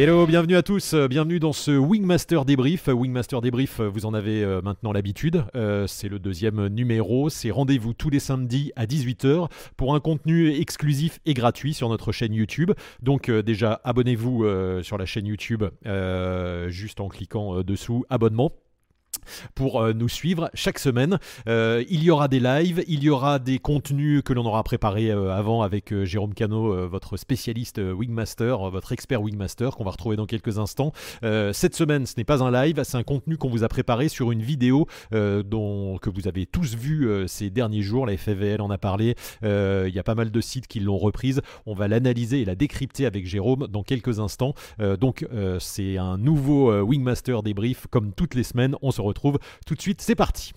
Hello, bienvenue à tous, bienvenue dans ce Wingmaster Débrief. Wingmaster Débrief, vous en avez maintenant l'habitude, c'est le deuxième numéro, c'est rendez-vous tous les samedis à 18h pour un contenu exclusif et gratuit sur notre chaîne YouTube. Donc déjà, abonnez-vous sur la chaîne YouTube juste en cliquant dessous, abonnement, pour nous suivre chaque semaine. Il y aura des lives, il y aura des contenus que l'on aura préparés avant avec Jérôme Cano, votre spécialiste Wingmaster, votre expert Wingmaster, qu'on va retrouver dans quelques instants. Cette semaine, ce n'est pas un live, c'est un contenu qu'on vous a préparé sur une vidéo que vous avez tous vu ces derniers jours. La FFVL en a parlé, il y a pas mal de sites qui l'ont reprise. On va l'analyser et la décrypter avec Jérôme dans quelques instants. Donc c'est un nouveau Wingmaster débrief comme toutes les semaines. On se retrouve tout de suite, c'est parti.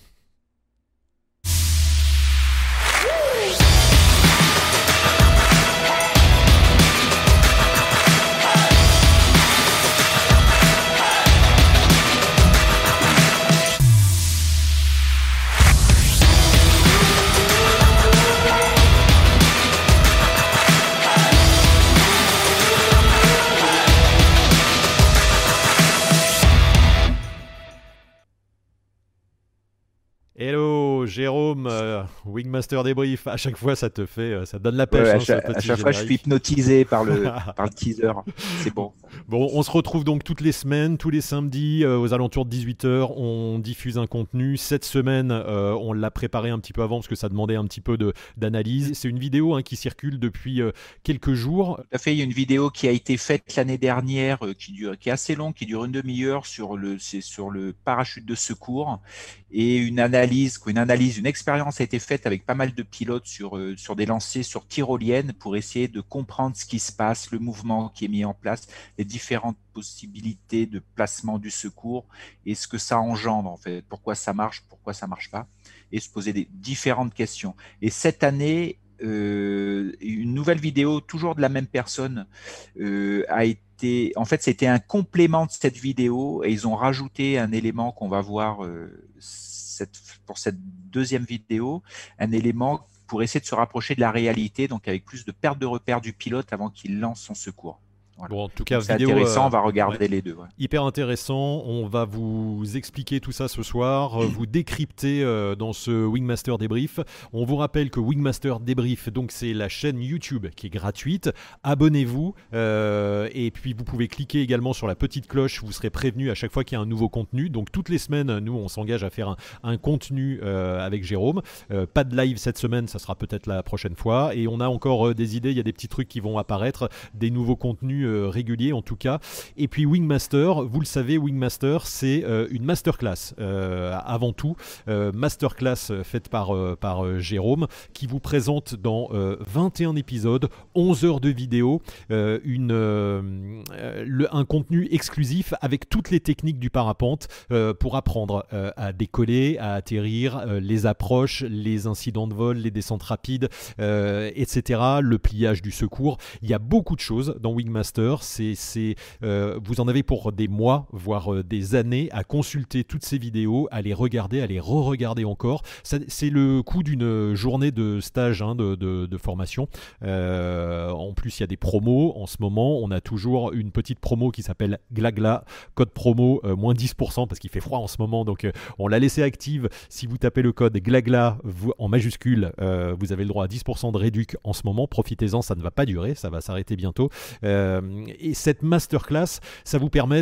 Hello Jérôme, Wingmaster débrief. À chaque fois, ça te donne la pêche. Ouais, à chaque fois, je suis hypnotisé par le teaser. C'est bon. Bon, on se retrouve donc toutes les semaines, tous les samedis, aux alentours de 18h. On diffuse un contenu. Cette semaine, on l'a préparé un petit peu avant parce que ça demandait un petit peu d'analyse. C'est une vidéo qui circule depuis quelques jours. Tout à fait. Il y a une vidéo qui a été faite l'année dernière, qui est assez longue, qui dure une demi-heure sur le parachute de secours, et une expérience a été faite avec pas mal de pilotes sur des lancers sur tyrolienne pour essayer de comprendre ce qui se passe, le mouvement qui est mis en place, les différentes possibilités de placement du secours et ce que ça engendre en fait, pourquoi ça marche pas, et se poser des différentes questions. Et cette année, une nouvelle vidéo, toujours de la même personne, c'était un complément de cette vidéo, et ils ont rajouté un élément qu'on va voir pour cette deuxième vidéo, un élément pour essayer de se rapprocher de la réalité, donc avec plus de perte de repère du pilote avant qu'il lance son secours. Voilà. Bon, en tout cas, c'est vidéo intéressant, on va regarder les deux. Ouais. Hyper intéressant, on va vous expliquer tout ça ce soir, vous décrypter dans ce Wingmaster débrief. On vous rappelle que Wingmaster débrief, donc c'est la chaîne YouTube qui est gratuite. Abonnez-vous et puis vous pouvez cliquer également sur la petite cloche, vous serez prévenu à chaque fois qu'il y a un nouveau contenu. Donc toutes les semaines, nous on s'engage à faire un contenu avec Jérôme. Pas de live cette semaine, ça sera peut-être la prochaine fois. Et on a encore des idées, il y a des petits trucs qui vont apparaître, des nouveaux contenus réguliers en tout cas. Et puis Wingmaster, vous le savez, Wingmaster c'est une masterclass avant tout, masterclass faite par Jérôme, qui vous présente dans 21 épisodes, 11 heures de vidéo, un contenu exclusif avec toutes les techniques du parapente pour apprendre à décoller, à atterrir, les approches, les incidents de vol, les descentes rapides, etc., le pliage du secours. Il y a beaucoup de choses dans Wingmaster. Vous en avez pour des mois, voire des années, à consulter toutes ces vidéos, à les regarder, à les re-regarder encore. C'est le coût d'une journée de stage de formation. En plus, il y a des promos. En ce moment, on a toujours une petite promo qui s'appelle Glagla, code promo moins 10% parce qu'il fait froid en ce moment. Donc, on l'a laissé active. Si vous tapez le code Glagla en majuscule, vous avez le droit à 10% de réduc en ce moment. Profitez-en, ça ne va pas durer, ça va s'arrêter bientôt. Et cette masterclass, ça vous permet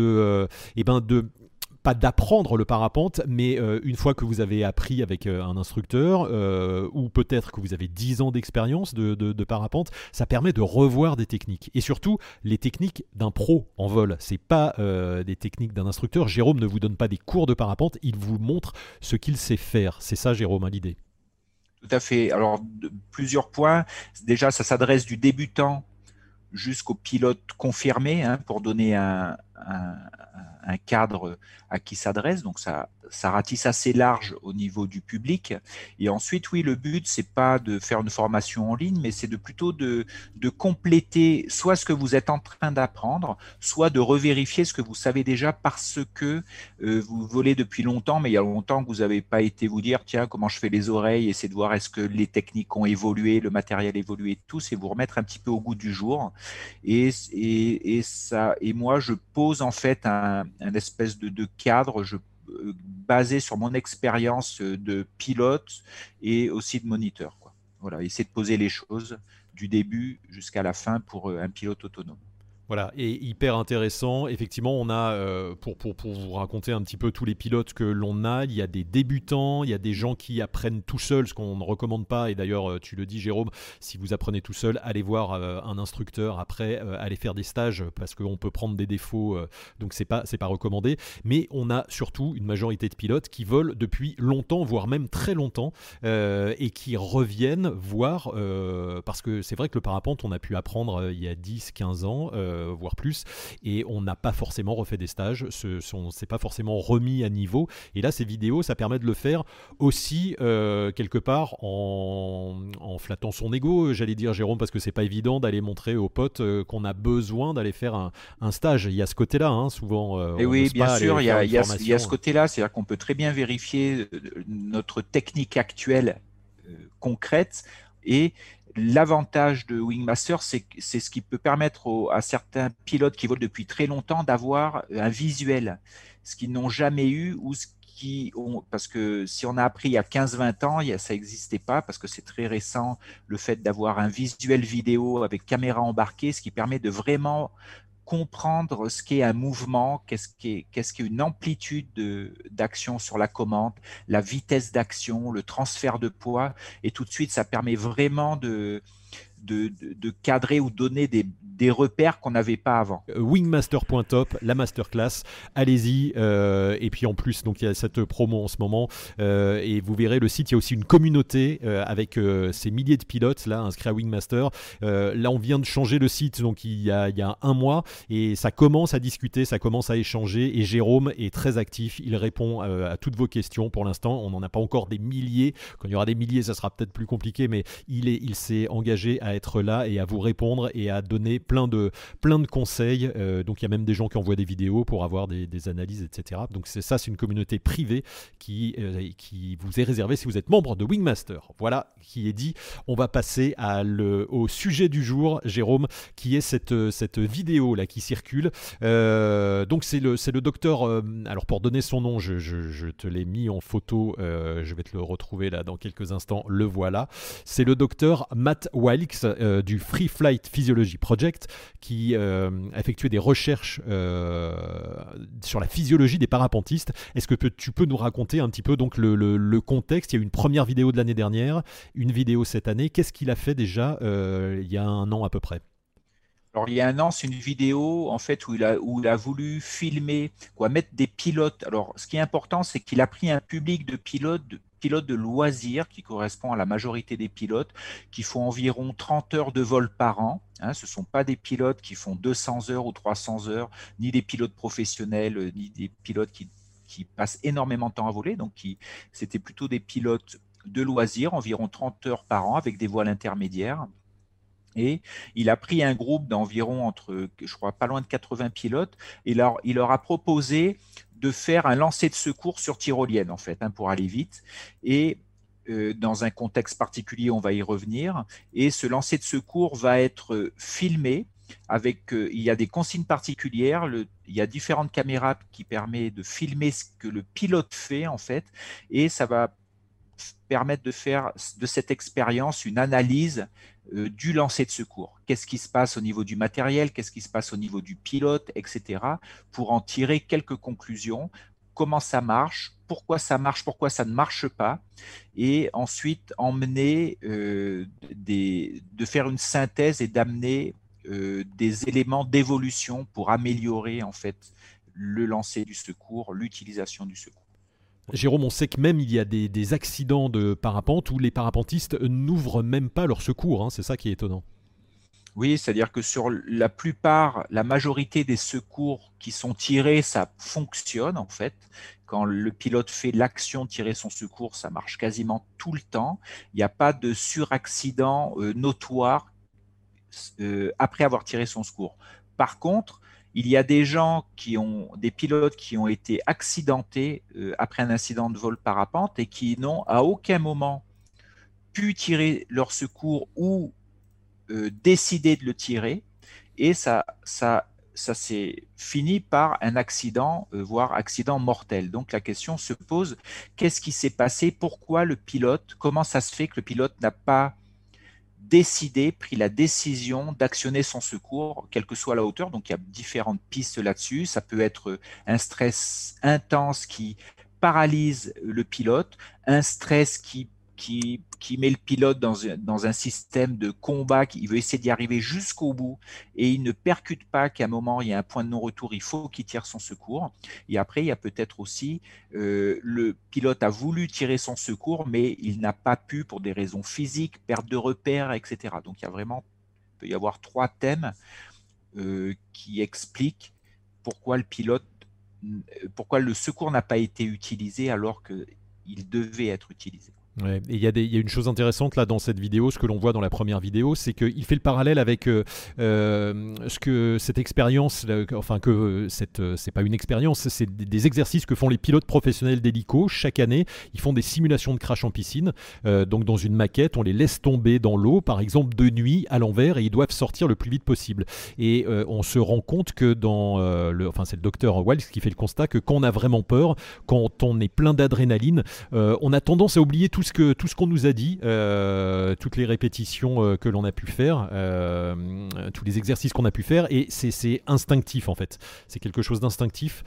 pas d'apprendre le parapente, mais une fois que vous avez appris avec un instructeur, ou peut-être que vous avez 10 ans d'expérience de parapente, ça permet de revoir des techniques. Et surtout, les techniques d'un pro en vol. C'est pas des techniques d'un instructeur. Jérôme ne vous donne pas des cours de parapente, il vous montre ce qu'il sait faire. C'est ça, Jérôme, l'idée. Tout à fait. Alors, plusieurs points. Déjà, ça s'adresse du débutant jusqu'au pilote confirmé, pour donner un cadre à qui s'adresse. Donc ça ça ratisse assez large au niveau du public. Et ensuite, oui, le but, c'est pas de faire une formation en ligne, mais c'est plutôt de compléter soit ce que vous êtes en train d'apprendre, soit de revérifier ce que vous savez déjà parce que vous volez depuis longtemps, mais il y a longtemps que vous n'avez pas été vous dire, tiens, comment je fais les oreilles, essayer de voir est-ce que les techniques ont évolué, le matériel a évolué, tout, c'est vous remettre un petit peu au goût du jour. Et moi, je pose en fait un espèce de cadre basé sur mon expérience de pilote et aussi de moniteur, quoi. Voilà, essayer de poser les choses du début jusqu'à la fin pour un pilote autonome. Voilà, et hyper intéressant. Effectivement, on a, pour vous raconter un petit peu tous les pilotes que l'on a, il y a des débutants, il y a des gens qui apprennent tout seuls, ce qu'on ne recommande pas. Et d'ailleurs, tu le dis, Jérôme, si vous apprenez tout seul, allez voir un instructeur. Après, allez faire des stages parce qu'on peut prendre des défauts, donc c'est pas recommandé. Mais on a surtout une majorité de pilotes qui volent depuis longtemps, voire même très longtemps, et qui reviennent voir, parce que c'est vrai que le parapente, on a pu apprendre il y a 10-15 ans, voire plus, et on n'a pas forcément refait des stages, on ne s'est pas forcément remis à niveau, et là ces vidéos ça permet de le faire aussi quelque part en flattant son ego, j'allais dire, Jérôme, parce que c'est pas évident d'aller montrer aux potes qu'on a besoin d'aller faire un stage. Il y a ce côté là, hein, souvent et oui, bien sûr, il y a ce côté là, c'est à dire qu'on peut très bien vérifier notre technique actuelle concrète. Et l'avantage de Wingmaster, c'est ce qui peut permettre à certains pilotes qui volent depuis très longtemps d'avoir un visuel, ce qu'ils n'ont jamais eu, ou parce que si on a appris il y a 15-20 ans, ça n'existait pas, parce que c'est très récent, le fait d'avoir un visuel vidéo avec caméra embarquée, ce qui permet de vraiment comprendre ce qu'est un mouvement, qu'est-ce qu'est une amplitude d'action sur la commande, la vitesse d'action, le transfert de poids, et tout de suite, ça permet vraiment de cadrer ou donner des repères qu'on n'avait pas avant. Wingmaster.top, la masterclass, allez-y, et puis en plus donc il y a cette promo en ce moment, et vous verrez le site, il y a aussi une communauté avec ces milliers de pilotes là inscrits à Wingmaster. Là on vient de changer le site, donc il y a un mois, et ça commence à discuter, ça commence à échanger, et Jérôme est très actif, il répond à toutes vos questions. Pour l'instant on n'en a pas encore des milliers, quand il y aura des milliers ça sera peut-être plus compliqué, mais il s'est engagé à être là et à vous répondre et à donner plein de conseils. Donc il y a même des gens qui envoient des vidéos pour avoir des analyses, etc. Donc c'est une communauté privée qui vous est réservée si vous êtes membre de Wingmaster. Voilà qui est dit. On va passer au sujet du jour, Jérôme, qui est cette vidéo là qui circule. Donc c'est le docteur, alors pour donner son nom, je te l'ai mis en photo, je vais te le retrouver là dans quelques instants, le voilà. C'est le docteur Matt Wilkes du Free Flight Physiology Project, qui a effectué des recherches sur la physiologie des parapentistes. Est-ce que tu peux nous raconter un petit peu donc le contexte? Il y a eu une première vidéo de l'année dernière, une vidéo cette année. Qu'est-ce qu'il a fait déjà il y a un an à peu près? Alors, il y a un an, c'est une vidéo en fait où il a voulu filmer, mettre des pilotes. Alors, ce qui est important, c'est qu'il a pris un public de pilotes de loisirs qui correspond à la majorité des pilotes, qui font environ 30 heures de vol par an. Ce ne sont pas des pilotes qui font 200 heures ou 300 heures, ni des pilotes professionnels, ni des pilotes qui passent énormément de temps à voler. Donc, c'était plutôt des pilotes de loisirs, environ 30 heures par an, avec des voiles intermédiaires. Et il a pris un groupe d'environ je crois, pas loin de 80 pilotes, et il leur a proposé de faire un lancer de secours sur tyrolienne, en fait, pour aller vite. Et dans un contexte particulier, on va y revenir. Et ce lancer de secours va être filmé il y a des consignes particulières, il y a différentes caméras qui permettent de filmer ce que le pilote fait, en fait, et ça va permettre de faire de cette expérience une analyse du lancer de secours. Qu'est-ce qui se passe au niveau du matériel, qu'est-ce qui se passe au niveau du pilote, etc., pour en tirer quelques conclusions. Comment ça marche, pourquoi ça ne marche pas, et ensuite de faire une synthèse et d'amener des éléments d'évolution pour améliorer en fait le lancer du secours, l'utilisation du secours. Jérôme, on sait que même il y a des accidents de parapente où les parapentistes n'ouvrent même pas leur secours, hein, c'est ça qui est étonnant. Oui, c'est-à-dire que sur la majorité des secours qui sont tirés, ça fonctionne en fait. Quand le pilote fait l'action de tirer son secours, ça marche quasiment tout le temps. Il n'y a pas de suraccident notoire après avoir tiré son secours. Par contre, il y a des pilotes qui ont été accidentés après un incident de vol parapente et qui n'ont à aucun moment pu tirer leur secours ou décidé de le tirer, et ça s'est fini par un accident, voire accident mortel. Donc la question se pose, qu'est-ce qui s'est passé? Pourquoi le pilote, comment ça se fait que le pilote n'a pas pris la décision d'actionner son secours, quelle que soit la hauteur? Donc il y a différentes pistes là-dessus. Ça peut être un stress intense qui paralyse le pilote, un stress qui met le pilote dans un système de combat, il veut essayer d'y arriver jusqu'au bout et il ne percute pas qu'à un moment il y a un point de non-retour, il faut qu'il tire son secours. Et après, il y a peut-être aussi le pilote a voulu tirer son secours, mais il n'a pas pu pour des raisons physiques, perte de repères, etc. Donc il peut y avoir trois thèmes qui expliquent pourquoi pourquoi le secours n'a pas été utilisé alors qu'il devait être utilisé. Ouais, et il y a une chose intéressante là dans cette vidéo, ce que l'on voit dans la première vidéo, c'est qu'il fait le parallèle avec ce que cette expérience, enfin que c'est pas une expérience, c'est des exercices que font les pilotes professionnels d'hélico chaque année. Ils font des simulations de crash en piscine, donc dans une maquette, on les laisse tomber dans l'eau, par exemple de nuit à l'envers, et ils doivent sortir le plus vite possible. Et on se rend compte que c'est le docteur Wells qui fait le constat que quand on a vraiment peur, quand on est plein d'adrénaline, on a tendance à oublier tout ce qu'on nous a dit, toutes les répétitions que l'on a pu faire, tous les exercices qu'on a pu faire, et c'est instinctif en fait. C'est quelque chose d'instinctif.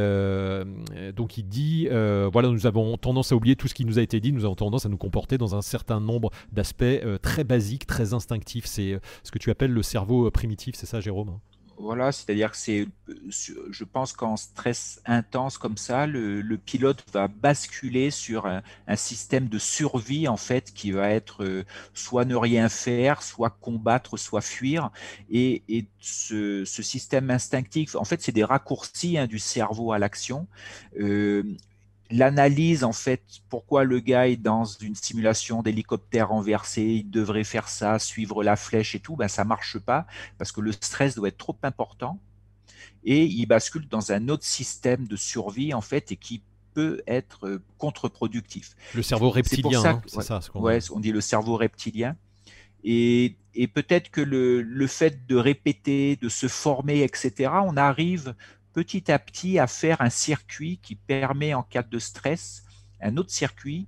Donc il dit, voilà, nous avons tendance à oublier tout ce qui nous a été dit, nous avons tendance à nous comporter dans un certain nombre d'aspects très basiques, très instinctifs. C'est ce que tu appelles le cerveau primitif, c'est ça, Jérôme? Voilà, c'est-à-dire que je pense qu'en stress intense comme ça, le pilote va basculer sur un système de survie en fait qui va être soit ne rien faire, soit combattre, soit fuir. Et ce système instinctif, en fait, c'est des raccourcis du cerveau à l'action. Euh, L'analyse, en fait, pourquoi le gars est dans une simulation d'hélicoptère renversé, il devrait faire ça, suivre la flèche et tout, ben ça marche pas parce que le stress doit être trop important et il bascule dans un autre système de survie, en fait, et qui peut être contre-productif. Le cerveau C'est pour reptilien, ça hein, que, c'est ça ce qu'on ouais, dit. on dit le cerveau reptilien. Et peut-être que le fait de répéter, de se former, etc., on arrive petit à petit à faire un circuit qui permet en cas de stress, un autre circuit,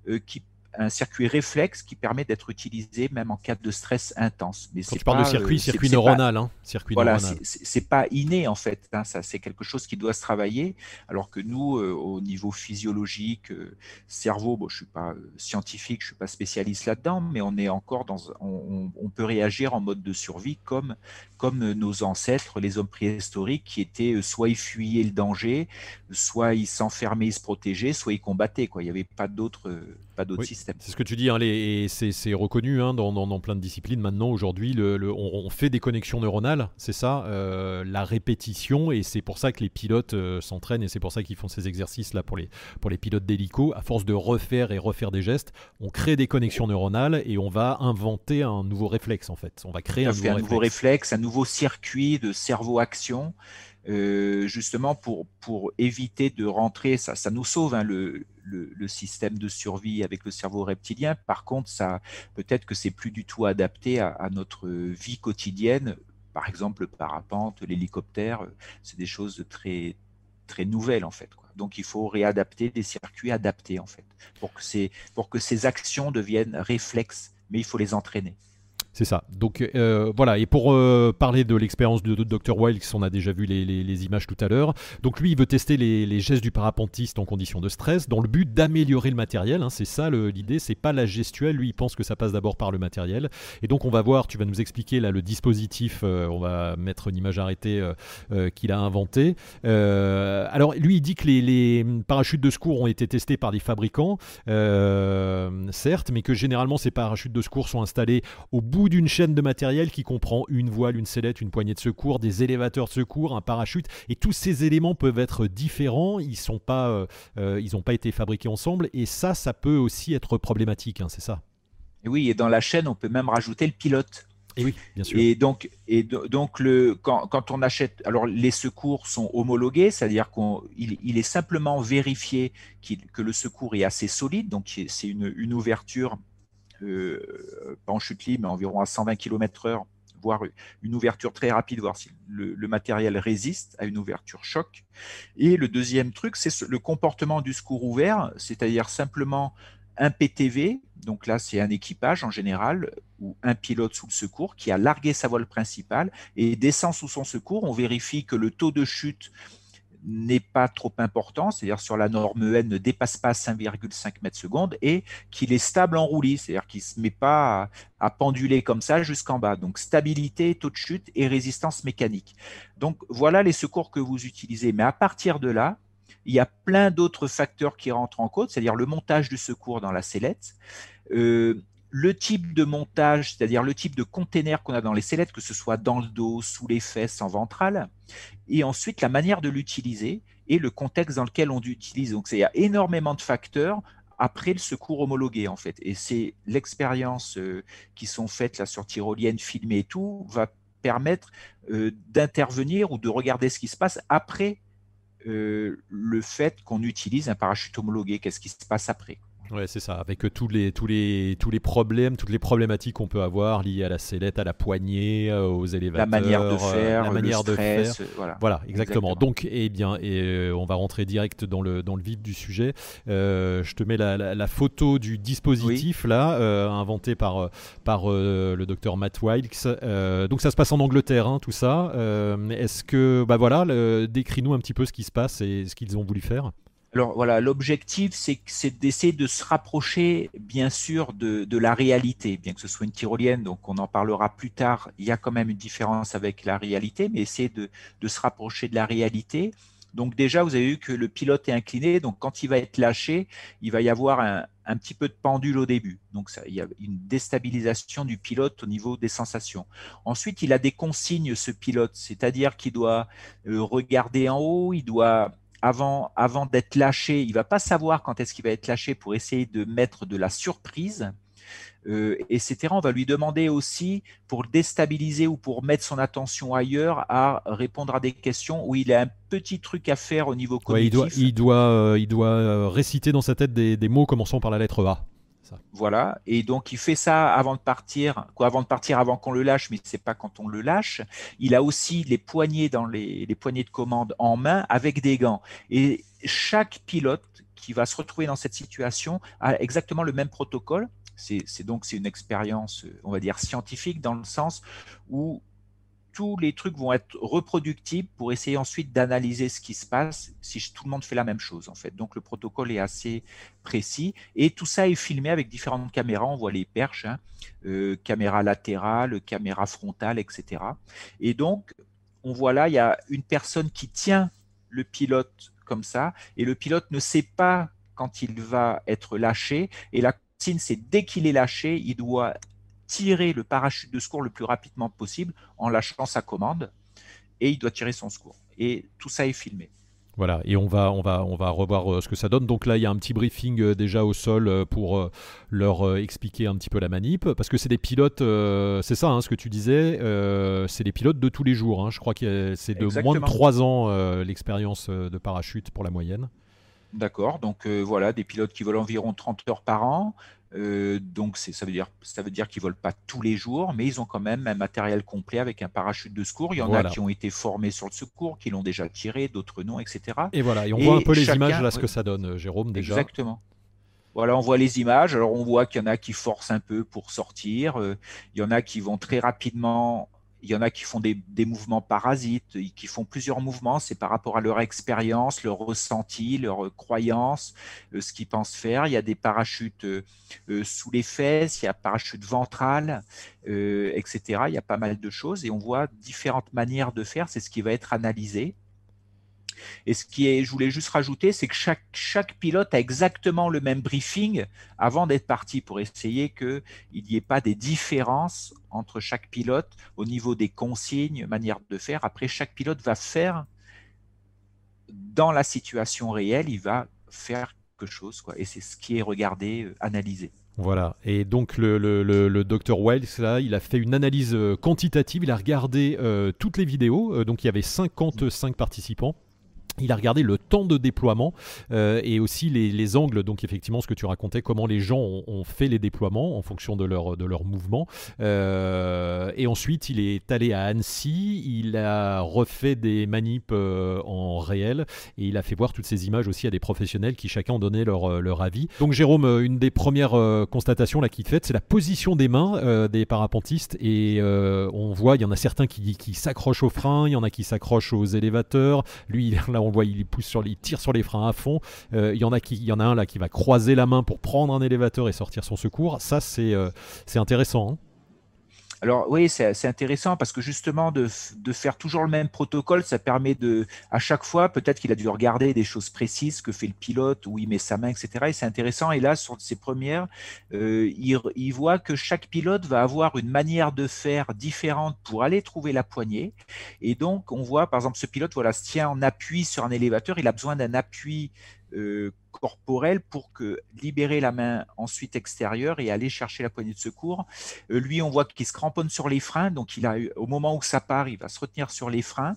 un circuit réflexe qui permet d'être utilisé même en cas de stress intense. Mais Quand c'est tu parles de pas, circuit c'est pas, neuronal, hein, circuit voilà, neuronal. c'est pas inné en fait, hein, ça c'est quelque chose qui doit se travailler, alors que nous, au niveau physiologique, cerveau, bon, je suis pas scientifique, je suis pas spécialiste là-dedans, mais on est encore on peut réagir en mode de survie comme nos ancêtres, les hommes préhistoriques, qui étaient soit ils fuyaient le danger, soit ils s'enfermaient, ils se protégeaient, soit ils combattaient, quoi. Il n'y avait pas d'autre Oui, système. c'est ce que tu dis, hein, et c'est reconnu hein, dans plein de disciplines. Maintenant, aujourd'hui, on fait des connexions neuronales, c'est ça, la répétition, et c'est pour ça que les pilotes s'entraînent, et c'est pour ça qu'ils font ces exercices-là pour les pilotes d'hélico. À force de refaire et refaire des gestes, on crée des connexions neuronales et on va inventer un nouveau réflexe, en fait. On va créer Tout à un fait, nouveau un nouveau réflexe. réflexe, un nouveau circuit de cerveau-action, justement pour éviter de rentrer, ça nous sauve hein, le système de survie avec le cerveau reptilien. Par contre, peut-être que c'est plus du tout adapté à notre vie quotidienne. Par exemple, le parapente, l'hélicoptère, c'est des choses de très, très nouvelles en fait, quoi. Donc il faut réadapter des circuits adaptés en fait, pour que ces actions deviennent réflexes, mais il faut les entraîner. C'est ça. Donc voilà, et pour parler de l'expérience de Dr. Wiles, on a déjà vu les images tout à l'heure. Donc lui, il veut tester les gestes du parapentiste en conditions de stress dans le but d'améliorer le matériel. Hein. C'est ça l'idée, c'est pas la gestuelle. Lui, il pense que ça passe d'abord par le matériel. Et donc on va voir, tu vas nous expliquer là le dispositif, on va mettre une image arrêtée qu'il a inventé. Alors lui, il dit que les parachutes de secours ont été testés par des fabricants, certes, mais que généralement ces parachutes de secours sont installés au bout bout d'une chaîne de matériel qui comprend une voile, une sellette, une poignée de secours, des élévateurs de secours, un parachute, et tous ces éléments peuvent être différents, ils n'ont pas été fabriqués ensemble, et ça peut aussi être problématique, hein, c'est ça? Et oui, et dans la chaîne, on peut même rajouter le pilote. Et oui, bien sûr. Quand on achète, alors les secours sont homologués, c'est-à-dire qu'il est simplement vérifié que le secours est assez solide, donc c'est une ouverture, pas en chute libre, mais environ à 120 km/h, voire une ouverture très rapide, voir si le matériel résiste à une ouverture choc. Et le deuxième truc, c'est le comportement du secours ouvert, c'est-à-dire simplement un PTV, donc là c'est un équipage en général, ou un pilote sous le secours qui a largué sa voile principale et descend sous son secours. On vérifie que le taux de chute n'est pas trop important, c'est-à-dire sur la norme EN ne dépasse pas 5,5 mètres secondes, et qu'il est stable en roulis, c'est-à-dire qu'il ne se met pas à penduler comme ça jusqu'en bas. Donc stabilité, taux de chute et résistance mécanique. Donc voilà les secours que vous utilisez. Mais à partir de là, il y a plein d'autres facteurs qui rentrent en compte, c'est-à-dire le montage du secours dans la sellette, le type de montage, c'est-à-dire le type de container qu'on a dans les sellettes, que ce soit dans le dos, sous les fesses, en ventrale, et ensuite la manière de l'utiliser et le contexte dans lequel on l'utilise. Donc il y a énormément de facteurs après le secours homologué en fait. Et c'est l'expérience qui sont faites là sur tyrolienne, filmée et tout, va permettre d'intervenir ou de regarder ce qui se passe après le fait qu'on utilise un parachute homologué. Qu'est-ce qui se passe après? Ouais, c'est ça, avec tous les problèmes, toutes les problématiques qu'on peut avoir liées à la sellette, à la poignée, aux élévateurs, la manière de faire, la manière le stress, de faire. voilà. Voilà, exactement. Donc, eh bien, on va rentrer direct dans le vif du sujet. Je te mets la photo du dispositif là, inventé par le docteur Matt Wilks. Donc, ça se passe en Angleterre, hein, tout ça. Est-ce que, bah voilà, décris-nous un petit peu ce qui se passe et ce qu'ils ont voulu faire. Alors voilà, l'objectif, c'est d'essayer de se rapprocher, bien sûr, de la réalité, bien que ce soit une tyrolienne, donc on en parlera plus tard, il y a quand même une différence avec la réalité, mais essayer de se rapprocher de la réalité. Donc déjà, vous avez vu que le pilote est incliné, donc quand il va être lâché, il va y avoir un petit peu de pendule au début. Donc ça, il y a une déstabilisation du pilote au niveau des sensations. Ensuite, il a des consignes, ce pilote, c'est-à-dire qu'il doit regarder en haut, il doit avant d'être lâché, il ne va pas savoir quand est-ce qu'il va être lâché pour essayer de mettre de la surprise, etc. On va lui demander aussi, pour le déstabiliser ou pour mettre son attention ailleurs, à répondre à des questions où il a un petit truc à faire au niveau Ouais, cognitif. il doit réciter dans sa tête des mots commençant par la lettre A. Ça. Voilà, et donc il fait ça avant de partir, avant qu'on le lâche, mais c'est pas quand on le lâche. Il a aussi les poignées les poignées de commande en main avec des gants. Et chaque pilote qui va se retrouver dans cette situation a exactement le même protocole. C'est une expérience, on va dire, scientifique, dans le sens où tous les trucs vont être reproductibles pour essayer ensuite d'analyser ce qui se passe si tout le monde fait la même chose en fait. Donc le protocole est assez précis et tout ça est filmé avec différentes caméras. On voit les perches, hein, caméra latérale, caméra frontale, etc. Et donc on voit là, il y a une personne qui tient le pilote comme ça et le pilote ne sait pas quand il va être lâché et la consigne c'est dès qu'il est lâché, il doit tirer le parachute de secours le plus rapidement possible en lâchant sa commande et il doit tirer son secours. Et tout ça est filmé. Voilà, et on va revoir ce que ça donne. Donc là, il y a un petit briefing déjà au sol pour leur expliquer un petit peu la manip, parce que c'est des pilotes, c'est ça, hein, ce que tu disais, c'est des pilotes de tous les jours. Hein. Je crois que c'est de moins de 3 ans l'expérience de parachute pour la moyenne. D'accord, donc voilà, des pilotes qui volent environ 30 heures par an. Donc ça veut dire qu'ils ne volent pas tous les jours, mais ils ont quand même un matériel complet avec un parachute de secours. Il y en a qui ont été formés sur le secours, qui l'ont déjà tiré, d'autres non, etc. Et voilà, et on voit un peu les images là, ce que ça donne, Jérôme, déjà. Exactement. Voilà, on voit les images. Alors on voit qu'il y en a qui forcent un peu pour sortir. Il y en a qui vont très rapidement. Il y en a qui font des mouvements parasites, qui font plusieurs mouvements. C'est par rapport à leur expérience, leur ressenti, leur croyance, ce qu'ils pensent faire. Il y a des parachutes sous les fesses, il y a parachute ventral, etc. Il y a pas mal de choses et on voit différentes manières de faire. C'est ce qui va être analysé. Et je voulais juste rajouter, c'est que chaque pilote a exactement le même briefing avant d'être parti pour essayer qu'il n'y ait pas des différences entre chaque pilote au niveau des consignes, manière de faire. Après, chaque pilote va faire dans la situation réelle, il va faire quelque chose, quoi. Et c'est ce qui est regardé, analysé. Voilà, et donc le Dr Wells, là, il a fait une analyse quantitative, il a regardé toutes les vidéos, donc il y avait 55 participants. Il a regardé le temps de déploiement et aussi les angles, donc effectivement ce que tu racontais, comment les gens ont fait les déploiements en fonction de leur mouvement. Et ensuite, il est allé à Annecy, il a refait des manips en réel et il a fait voir toutes ces images aussi à des professionnels qui chacun ont donné leur avis. Donc Jérôme, une des premières constatations là qu'il fait, c'est la position des mains des parapentistes et on voit, il y en a certains qui s'accrochent aux freins, il y en a qui s'accrochent aux élévateurs. Lui, là, on voit, il tire sur les freins à fond. Il y en a un là qui va croiser la main pour prendre un élévateur et sortir son secours. Ça, c'est intéressant. Hein. Alors oui, c'est intéressant parce que justement de faire toujours le même protocole, ça permet à chaque fois, peut-être qu'il a dû regarder des choses précises que fait le pilote, où il met sa main, etc. Et c'est intéressant. Et là, sur ces premières, il voit que chaque pilote va avoir une manière de faire différente pour aller trouver la poignée. Et donc, on voit, par exemple, ce pilote, voilà, se tient en appui sur un élévateur. Il a besoin d'un appui corporel pour libérer la main ensuite extérieure et aller chercher la poignée de secours. Lui, on voit qu'il se cramponne sur les freins, donc au moment où ça part, il va se retenir sur les freins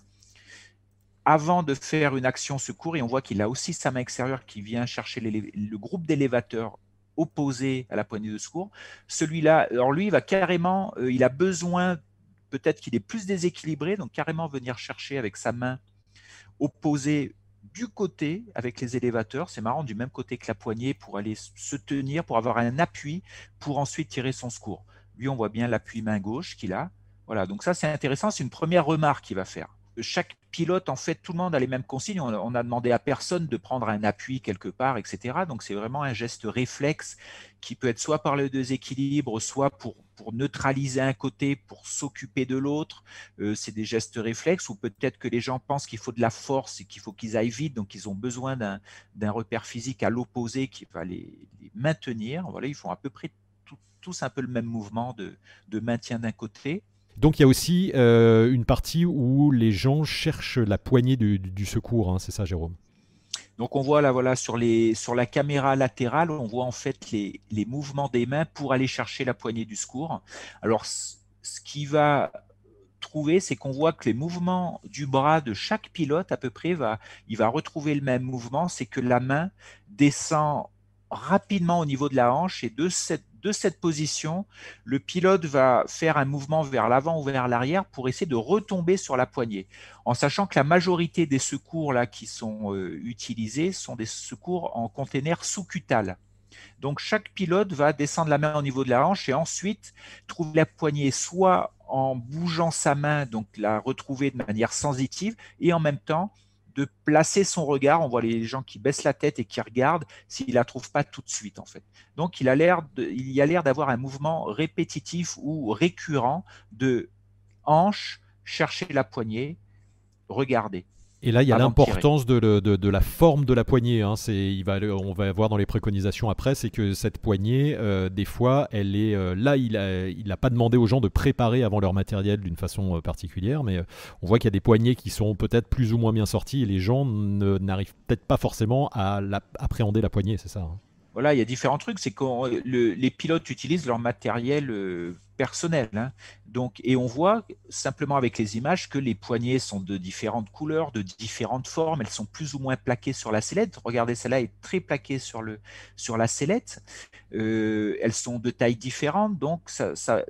avant de faire une action secours, et on voit qu'il a aussi sa main extérieure qui vient chercher le groupe d'élévateurs opposé à la poignée de secours. Celui-là, alors lui, il va carrément, il a besoin, peut-être qu'il est plus déséquilibré, donc carrément venir chercher avec sa main opposée du côté avec les élévateurs, c'est marrant, du même côté que la poignée pour aller se tenir, pour avoir un appui, pour ensuite tirer son secours. Lui, on voit bien l'appui main gauche qu'il a. Voilà, donc ça c'est intéressant, c'est une première remarque qu'il va faire. Chaque pilote, en fait, tout le monde a les mêmes consignes. On a demandé à personne de prendre un appui quelque part, etc. Donc c'est vraiment un geste réflexe qui peut être soit par le déséquilibre, soit pour neutraliser un côté, pour s'occuper de l'autre. C'est des gestes réflexes, ou peut-être que les gens pensent qu'il faut de la force et qu'il faut qu'ils aillent vite, donc ils ont besoin d'un repère physique à l'opposé qui va les maintenir. Voilà, ils font à peu près tous un peu le même mouvement de maintien d'un côté. Donc il y a aussi une partie où les gens cherchent la poignée du secours, hein, c'est ça Jérôme? Donc on voit là, voilà, sur la caméra latérale, on voit en fait les mouvements des mains pour aller chercher la poignée du secours. Alors ce qui va trouver, c'est qu'on voit que les mouvements du bras de chaque pilote à peu près, il va retrouver le même mouvement, c'est que la main descend rapidement au niveau de la hanche, et de cette position, le pilote va faire un mouvement vers l'avant ou vers l'arrière pour essayer de retomber sur la poignée, en sachant que la majorité des secours là qui sont utilisés sont des secours en container sous-cutal. Donc chaque pilote va descendre la main au niveau de la hanche et ensuite trouver la poignée soit en bougeant sa main, donc la retrouver de manière sensitive, et en même temps de placer son regard. On voit les gens qui baissent la tête et qui regardent s'ils ne la trouvent pas tout de suite, en fait. Donc il y a l'air d'avoir un mouvement répétitif ou récurrent de hanche, chercher la poignée, regarder. Et là, il y a l'importance de la forme de la poignée. Hein. On va voir dans les préconisations après, c'est que cette poignée, des fois, elle est là. Il n'a pas demandé aux gens de préparer avant leur matériel d'une façon particulière, mais on voit qu'il y a des poignées qui sont peut-être plus ou moins bien sorties et les gens n'arrivent peut-être pas forcément à appréhender la poignée, c'est ça. Hein. Voilà, il y a différents trucs. C'est que les pilotes utilisent leur matériel personnel. Hein. Donc, et on voit simplement avec les images que les poignées sont de différentes couleurs, de différentes formes. Elles sont plus ou moins plaquées sur la sellette. Regardez, celle-là est très plaquée sur la sellette. Elles sont de tailles différentes. Donc, ça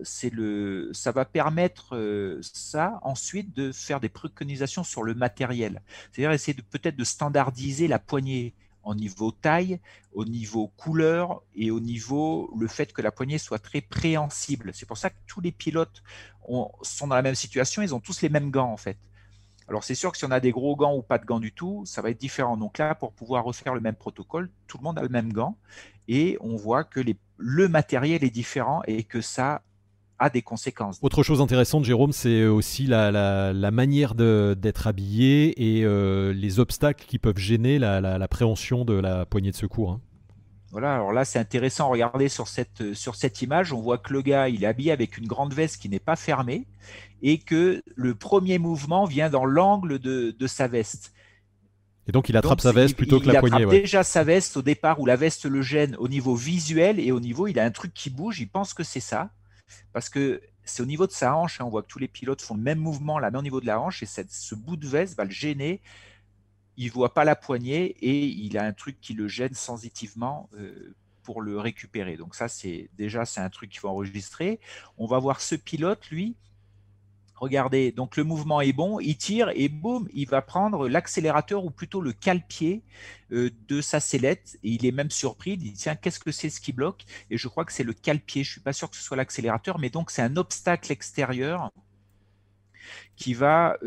va permettre ça ensuite de faire des préconisations sur le matériel. C'est-à-dire essayer peut-être de standardiser la poignée au niveau taille, au niveau couleur et au niveau le fait que la poignée soit très préhensible. C'est pour ça que tous les pilotes sont dans la même situation, ils ont tous les mêmes gants en fait. Alors c'est sûr que si on a des gros gants ou pas de gants du tout, ça va être différent. Donc là, pour pouvoir refaire le même protocole, tout le monde a le même gant et on voit que le matériel est différent et que ça a des conséquences. Autre chose intéressante, Jérôme, c'est aussi la manière d'être habillé et les obstacles qui peuvent gêner la préhension de la poignée de secours. Hein. Voilà, alors là, c'est intéressant. Regardez sur cette image, on voit que le gars, il est habillé avec une grande veste qui n'est pas fermée et que le premier mouvement vient dans l'angle de sa veste. Et donc, il attrape sa veste plutôt que la poignée. Il attrape déjà sa veste au départ où la veste le gêne au niveau visuel et au niveau, il a un truc qui bouge, il pense que c'est ça. Parce que c'est au niveau de sa hanche, hein, on voit que tous les pilotes font le même mouvement là, mais au niveau de la hanche, et ce bout de veste va le gêner. Il ne voit pas la poignée et il a un truc qui le gêne sensitivement pour le récupérer. Donc ça, c'est un truc qu'il faut enregistrer. On va voir ce pilote, lui. Regardez, donc le mouvement est bon, il tire et boum, il va prendre l'accélérateur ou plutôt le cale-pied de sa sellette. Et il est même surpris, il dit tiens, qu'est-ce que c'est ce qui bloque? Et je crois que c'est le cale-pied, je ne suis pas sûr que ce soit l'accélérateur, mais donc c'est un obstacle extérieur qui va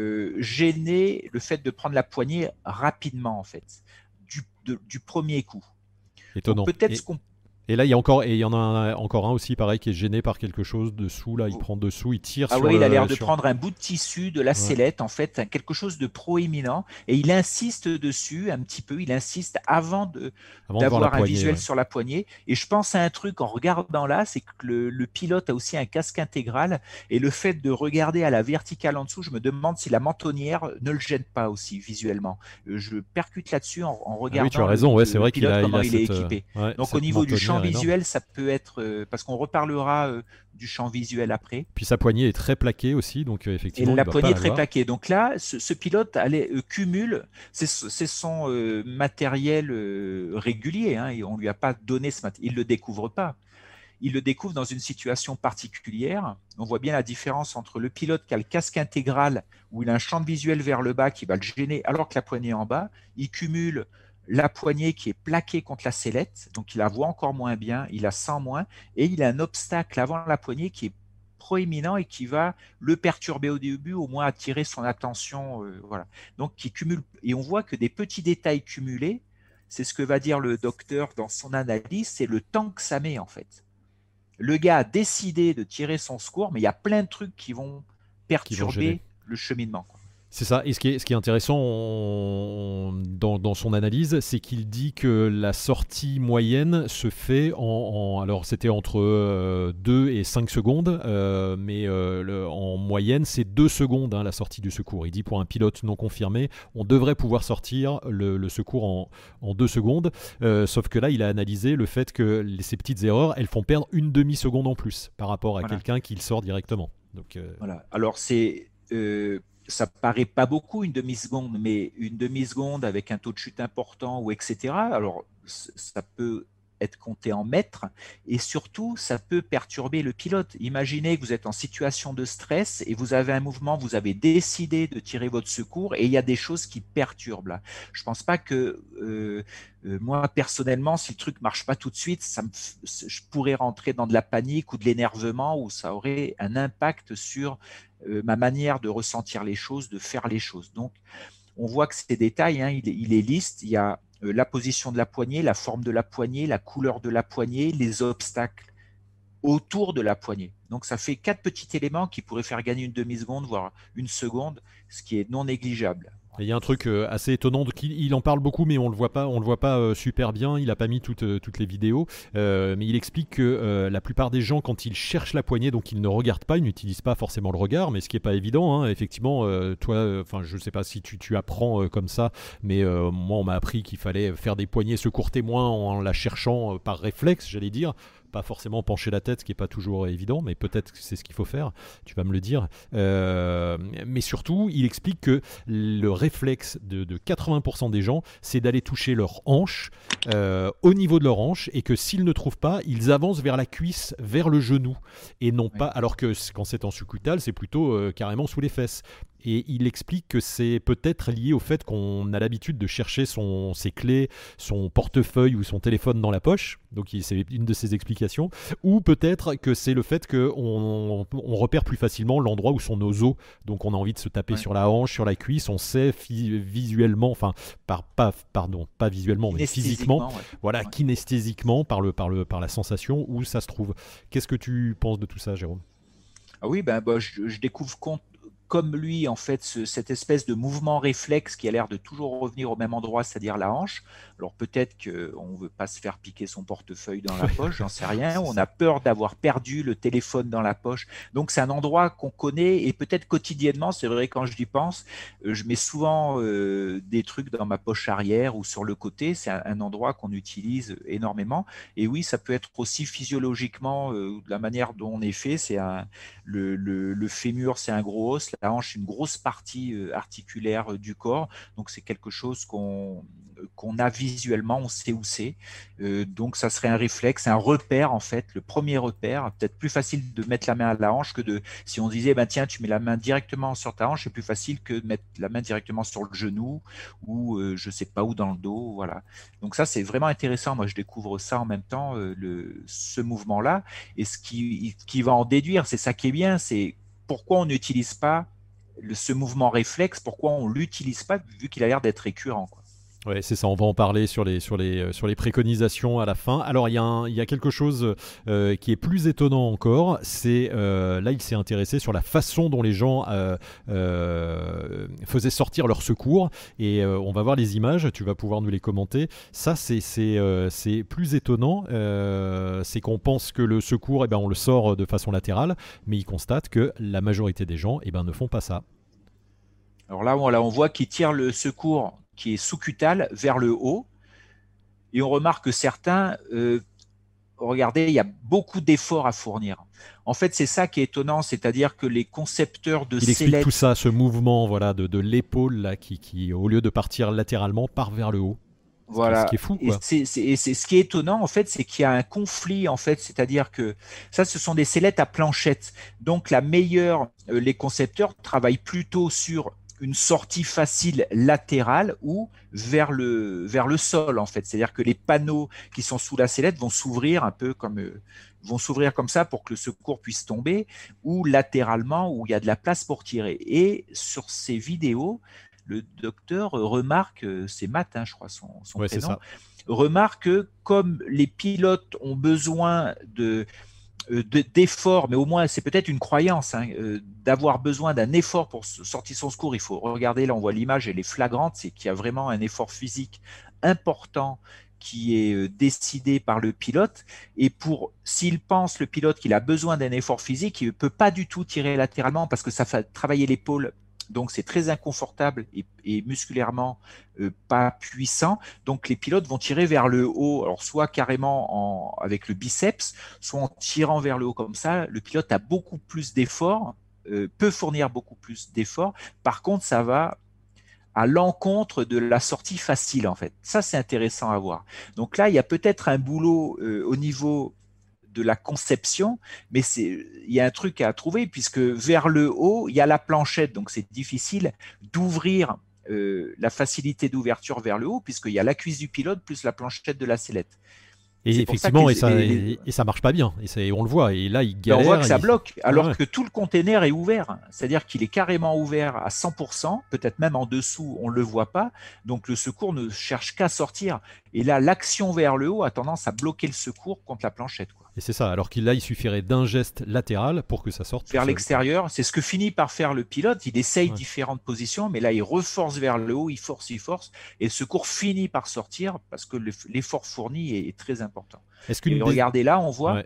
gêner le fait de prendre la poignée rapidement, en fait, du premier coup. Étonnant. Peut-être ce qu'on Et là, il y en a encore un aussi, pareil, qui est gêné par quelque chose dessous. Là, il prend dessous, il tire sur il a l'air de prendre un bout de tissu de la sellette, en fait, quelque chose de proéminent. Et il insiste dessus un petit peu. Il insiste avant d'avoir un visuel sur la poignée. Et je pense à un truc en regardant là, c'est que le pilote a aussi un casque intégral. Et le fait de regarder à la verticale en dessous, je me demande si la mentonnière ne le gêne pas aussi visuellement. Je percute là-dessus en regardant. Oui, tu as raison. C'est vrai qu'il est équipé. Donc au niveau du champ visuel, ça peut être parce qu'on reparlera du champ visuel après. Puis sa poignée est très plaquée aussi, donc effectivement. Et la poignée est très plaquée. Donc là, ce pilote cumule, c'est son matériel régulier. Hein, et on lui a pas donné ce matériel. Il le découvre pas. Il le découvre dans une situation particulière. On voit bien la différence entre le pilote qui a le casque intégral où il a un champ visuel vers le bas qui va le gêner alors que la poignée est en bas. Il cumule la poignée qui est plaquée contre la sellette, donc il la voit encore moins bien, il la sent moins, et il a un obstacle avant la poignée qui est proéminent et qui va le perturber au début, au moins attirer son attention. Voilà. Donc, qui cumule, et on voit que des petits détails cumulés, c'est ce que va dire le docteur dans son analyse, c'est le temps que ça met en fait. Le gars a décidé de tirer son secours, mais il y a plein de trucs qui vont perturber le cheminement. C'est ça. Et ce qui est intéressant dans son analyse, c'est qu'il dit que la sortie moyenne se fait alors c'était entre 2 et 5 secondes, mais en moyenne c'est 2 secondes la sortie du secours. Il dit pour un pilote non confirmé, on devrait pouvoir sortir le secours en 2 secondes, sauf que là il a analysé le fait que ces petites erreurs, elles font perdre une demi-seconde en plus par rapport à quelqu'un qui le sort directement. Donc, voilà. Alors c'est... ça paraît pas beaucoup, une demi-seconde, mais une demi-seconde avec un taux de chute important ou etc. Alors, ça peut être compté en mètres et surtout, ça peut perturber le pilote. Imaginez que vous êtes en situation de stress et vous avez un mouvement, vous avez décidé de tirer votre secours et il y a des choses qui perturbent là. Je pense pas que moi, personnellement, si le truc marche pas tout de suite, je pourrais rentrer dans de la panique ou de l'énervement où ça aurait un impact sur ma manière de ressentir les choses, de faire les choses. Donc, on voit que ces détails, hein, il est liste. Il y a la position de la poignée, la forme de la poignée, la couleur de la poignée, les obstacles autour de la poignée. Donc, ça fait 4 petits éléments qui pourraient faire gagner une demi-seconde, voire une seconde, ce qui est non négligeable. Il y a un truc assez étonnant, il en parle beaucoup mais on le voit pas super bien, il a pas mis toutes les vidéos, mais il explique que la plupart des gens quand ils cherchent la poignée, donc ils ne regardent pas, ils n'utilisent pas forcément le regard, mais ce qui est pas évident, hein, effectivement, toi, je sais pas si tu apprends comme ça, mais moi on m'a appris qu'il fallait faire des poignées secours témoins en la cherchant par réflexe, j'allais dire, pas forcément pencher la tête, ce qui n'est pas toujours évident, mais peut-être que c'est ce qu'il faut faire, tu vas me le dire. Mais surtout, il explique que le réflexe de 80% des gens, c'est d'aller toucher leur hanche, au niveau de leur hanche, et que s'ils ne trouvent pas, ils avancent vers la cuisse, vers le genou, et non pas, alors que quand c'est en sous-cutal, c'est plutôt carrément sous les fesses. Et il explique que c'est peut-être lié au fait qu'on a l'habitude de chercher ses clés, son portefeuille ou son téléphone dans la poche. Donc c'est une de ses explications. Ou peut-être que c'est le fait qu'on repère plus facilement l'endroit où sont os. Donc on a envie de se taper sur la hanche, sur la cuisse. On sait visuellement, enfin pas visuellement, mais physiquement, voilà, kinesthésiquement par la sensation où ça se trouve. Qu'est-ce que tu penses de tout ça, Jérôme? Ah oui, je découvre comme lui, en fait, cette espèce de mouvement réflexe qui a l'air de toujours revenir au même endroit, c'est-à-dire la hanche. Alors peut-être qu'on ne veut pas se faire piquer son portefeuille dans la poche, j'en sais rien. On a peur d'avoir perdu le téléphone dans la poche. Donc c'est un endroit qu'on connaît et peut-être quotidiennement, c'est vrai quand j'y pense, je mets souvent des trucs dans ma poche arrière ou sur le côté. C'est un endroit qu'on utilise énormément. Et oui, ça peut être aussi physiologiquement, de la manière dont on est fait. Le fémur, c'est un gros os. La hanche, une grosse partie articulaire du corps. Donc, c'est quelque chose qu'on a visuellement, on sait où c'est. Donc, ça serait un réflexe, un repère, en fait, le premier repère. Peut-être plus facile de mettre la main à la hanche que si on disait, tiens, tu mets la main directement sur ta hanche, c'est plus facile que de mettre la main directement sur le genou ou je ne sais pas où dans le dos. Voilà. Donc, ça, c'est vraiment intéressant. Moi, je découvre ça en même temps, ce mouvement-là. Et ce qui va en déduire, c'est ça qui est bien, c'est pourquoi on n'utilise pas ce mouvement réflexe, pourquoi on ne l'utilise pas vu qu'il a l'air d'être récurrent, quoi. Ouais, c'est ça, on va en parler sur les préconisations à la fin. Alors, il y a quelque chose qui est plus étonnant encore, c'est là, il s'est intéressé sur la façon dont les gens faisaient sortir leur secours, et on va voir les images, tu vas pouvoir nous les commenter. Ça, c'est plus étonnant, c'est qu'on pense que le secours, on le sort de façon latérale, mais il constate que la majorité des gens ne font pas ça. Alors là, on voit qu'il tire le secours qui est sous-cutal vers le haut. Et on remarque que certains, regardez, il y a beaucoup d'efforts à fournir. En fait, c'est ça qui est étonnant, c'est-à-dire que les concepteurs de Il explique sellettes, tout ça, ce mouvement voilà, de l'épaule là, qui, au lieu de partir latéralement, part vers le haut. voilà. Ce qui est fou, quoi. Et ce qui est étonnant, en fait, c'est qu'il y a un conflit, en fait, c'est-à-dire que ça, ce sont des sellettes à planchette. Donc, les concepteurs travaillent plutôt sur une sortie facile latérale ou vers le sol, en fait. C'est-à-dire que les panneaux qui sont sous la sellette vont s'ouvrir un peu vont s'ouvrir comme ça pour que le secours puisse tomber, ou latéralement où il y a de la place pour tirer. Et sur ces vidéos, le docteur remarque, c'est Matt, je crois son Ouais, prénom, remarque que comme les pilotes ont besoin d'efforts, mais au moins c'est peut-être une croyance, d'avoir besoin d'un effort pour sortir son secours. Il faut regarder, là on voit l'image, elle est flagrante, c'est qu'il y a vraiment un effort physique important qui est décidé par le pilote. Et s'il pense, le pilote, qu'il a besoin d'un effort physique, il ne peut pas du tout tirer latéralement parce que ça fait travailler l'épaule. Donc c'est très inconfortable et musculairement pas puissant. Donc les pilotes vont tirer vers le haut, alors soit carrément avec le biceps, soit en tirant vers le haut comme ça. Le pilote a beaucoup plus d'efforts, peut fournir beaucoup plus d'efforts. Par contre, ça va à l'encontre de la sortie facile, en fait. Ça, c'est intéressant à voir. Donc là, il y a peut-être un boulot au niveau de la conception, mais il y a un truc à trouver puisque vers le haut, il y a la planchette, donc c'est difficile d'ouvrir la facilité d'ouverture vers le haut puisqu'il y a la cuisse du pilote plus la planchette de la sellette. Et effectivement, ça marche pas bien. Et on le voit. Et là, il galère. On voit que ça bloque, alors que tout le container est ouvert. C'est-à-dire qu'il est carrément ouvert à 100%, peut-être même en dessous, on ne le voit pas. Donc le secours ne cherche qu'à sortir. Et là, l'action vers le haut a tendance à bloquer le secours contre la planchette, quoi. Et c'est ça. Alors qu'il suffirait d'un geste latéral pour que ça sorte vers l'extérieur. C'est ce que finit par faire le pilote. Il essaye différentes positions, mais là, il reforce vers le haut, il force. Et le secours finit par sortir parce que l'effort fourni est très important. Et regardez là, on voit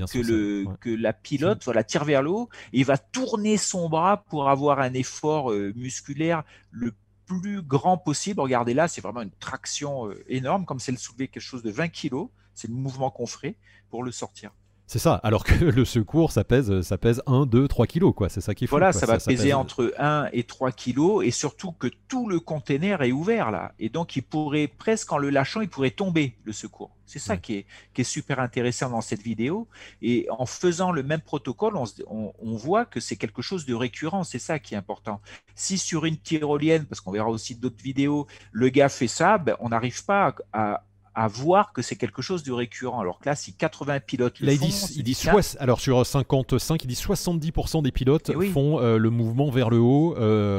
que la pilote tire vers le haut et va tourner son bras pour avoir un effort musculaire le plus grand possible. Regardez là, c'est vraiment une traction énorme, comme si elle soulevait quelque chose de 20 kg. C'est le mouvement qu'on ferait pour le sortir. C'est ça, alors que le secours, ça pèse 1, 2, 3 kilos, quoi. C'est ça qui est fou, Voilà, quoi. ça va Ça peser pèse... entre 1 et 3 kilos et surtout que tout le container est ouvert là. Et donc, il pourrait presque, en le lâchant, il pourrait tomber, le secours. C'est ça Ouais. qui est super intéressant dans cette vidéo. Et en faisant le même protocole, on voit que c'est quelque chose de récurrent. C'est ça qui est important. Si sur une tyrolienne, parce qu'on verra aussi d'autres vidéos, le gars fait ça, ben, on n'arrive pas à voir que c'est quelque chose de récurrent. Alors que là, si 80 pilotes le Là, font, il c'est dit 15. alors sur 55, il dit 70% des pilotes Et oui, font le mouvement vers le haut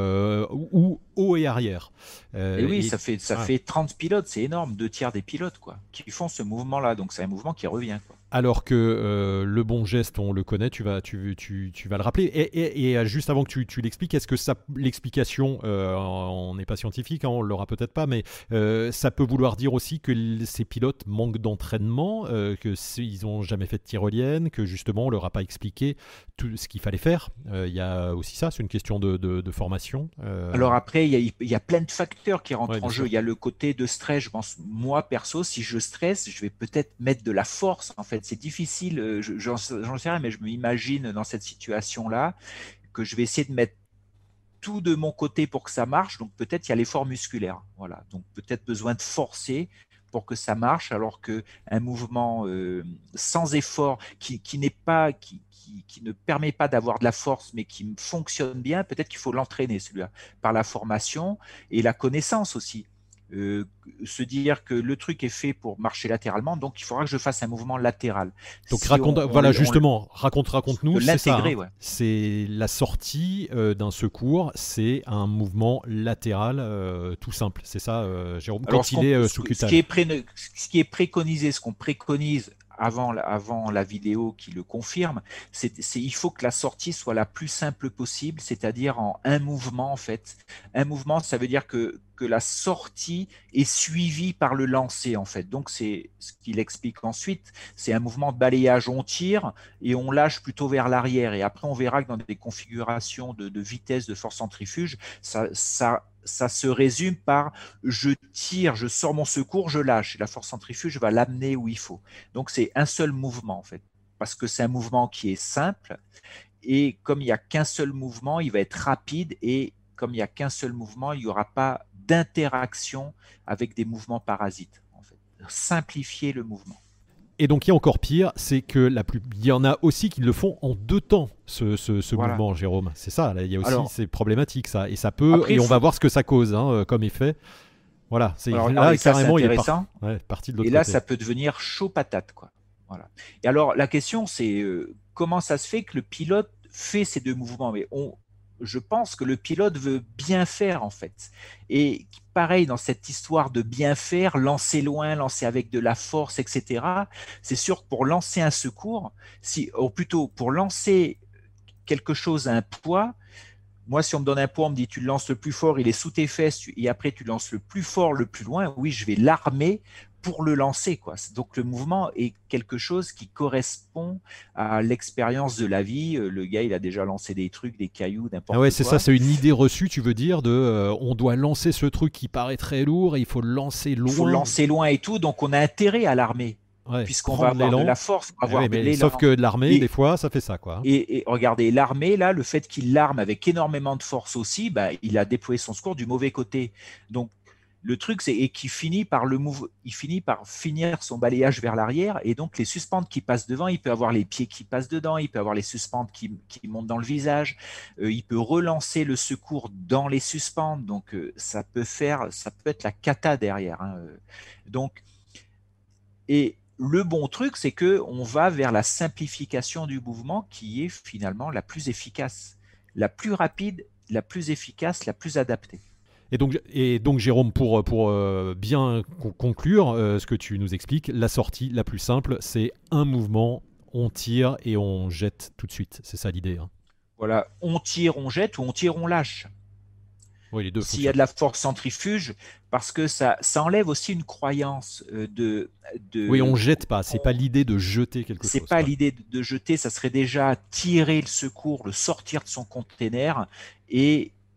ou haut et arrière. et oui, Et ça ah, fait 30 pilotes, c'est énorme, 2 tiers des pilotes quoi, qui font ce mouvement-là. Donc c'est un mouvement qui revient, quoi. alors que le bon geste, on le connaît, tu vas le rappeler. Et juste avant que tu l'expliques, est-ce que ça, l'explication, on n'est pas scientifique, hein, on l'aura peut-être pas, mais ça peut vouloir dire aussi que ces pilotes manquent d'entraînement, ils n'ont jamais fait de tyrolienne, que justement on leur a pas expliqué tout ce qu'il fallait faire. Il y a aussi ça, c'est une question de formation. Alors après, il y a plein de facteurs qui Ouais, rentrent bien en jeu. sûr. Il y a le côté de stress. Je pense, moi perso, si je stresse, je vais peut-être mettre de la force. En fait, c'est difficile. J'en sais rien, mais je m'imagine dans cette situation-là que je vais essayer de mettre tout de mon côté pour que ça marche. Donc peut-être il y a l'effort musculaire. Voilà. Donc peut-être besoin de forcer pour que ça marche, alors que un mouvement sans effort, qui n'est pas, qui ne permet pas d'avoir de la force, mais qui fonctionne bien, peut-être qu'il faut l'entraîner celui-là par la formation et la connaissance aussi. Se dire que le truc est fait pour marcher latéralement, donc il faudra que je fasse un mouvement latéral. Donc Si voilà justement, de raconte-nous, c'est ça, l'intégrer, hein. ouais. C'est la sortie d'un secours, c'est un mouvement latéral tout simple, c'est ça, Jérôme, Alors, quand il est sous cutane. ce qui est préconisé, ce qu'on préconise avant la vidéo qui le confirme, il faut que la sortie soit la plus simple possible, c'est-à-dire en un mouvement en fait. Un mouvement, ça veut dire que la sortie est suivie par le lancer en fait. Donc c'est ce qu'il explique ensuite, c'est un mouvement de balayage. On tire et on lâche plutôt vers l'arrière. Et après, on verra que dans des configurations de vitesse, de force centrifuge, ça se résume par je tire, je sors mon secours, je lâche. Et la force centrifuge va l'amener où il faut. Donc c'est un seul mouvement en fait, parce que c'est un mouvement qui est simple. Et comme il n'y a qu'un seul mouvement, il va être rapide. Et comme il n'y a qu'un seul mouvement, il n'y aura pas d'interaction avec des mouvements parasites. En fait. Simplifier le mouvement. Et donc il y a encore pire, c'est que il y en a aussi qui le font en deux temps, ce Voilà. mouvement, Jérôme. C'est ça, là, il y a aussi Alors, ces problématiques, ça. Et ça peut, après, et il on va faut. voir ce que ça cause comme effet. Voilà, Alors, là regardez, ça, c'est carrément, il est intéressant. parti de Et l'autre là, côté. ça peut devenir chaud patate, quoi. Voilà. Et alors, la question, c'est comment ça se fait que le pilote fait ces deux mouvements? Mais je pense que le pilote veut bien faire, en fait. Et pareil, dans cette histoire de bien faire, lancer loin, lancer avec de la force, etc., c'est sûr que pour lancer un secours, ou plutôt pour lancer quelque chose à un poids, moi, si on me donne un poids, on me dit tu le lances le plus fort, il est sous tes fesses, et après tu lances le plus fort, le plus loin. Oui, je vais l'armer pour le lancer, quoi. Donc le mouvement est quelque chose qui correspond à l'expérience de la vie. Le gars, il a déjà lancé des trucs, des cailloux, Ah ouais, n'importe c'est ça, quoi. c'est une idée reçue, tu veux dire, on doit lancer ce truc qui paraît très lourd et il faut le lancer Il faut le loin. lancer loin et tout, donc on a intérêt à l'armer, Ouais, puisqu'on va prendre avoir de la l'élan. force, on va Eh ouais, avoir de mais sauf l'élan. que de l'armée, des Et, fois, ça fait ça, quoi, hein. et regardez, l'armée, là, le fait qu'il l'arme avec énormément de force aussi, bah, il a déployé son secours du mauvais côté. Donc, le truc, c'est qu'il finit par il finit par finir son balayage vers l'arrière, et donc les suspentes qui passent devant, il peut avoir les pieds qui passent dedans, il peut avoir les suspentes qui montent dans le visage, il peut relancer le secours dans les suspentes, donc ça peut être la cata derrière, hein. Donc, et le bon truc, c'est que on va vers la simplification du mouvement qui est finalement la plus efficace, la plus rapide, la plus efficace, la plus adaptée. Et donc Jérôme, pour bien conclure ce que tu nous expliques, la sortie la plus simple, c'est un mouvement, on tire et on jette tout de suite. C'est ça l'idée, hein. Voilà, on tire, on jette ou on tire, on lâche. Oui, les deux S'il y a fonctionnent. de la force centrifuge, parce que ça enlève aussi une croyance Oui, on de jette pas. C'est pas l'idée de jeter quelque c'est chose, pas quoi. l'idée de jeter, ça serait déjà tirer le secours, le sortir de son container et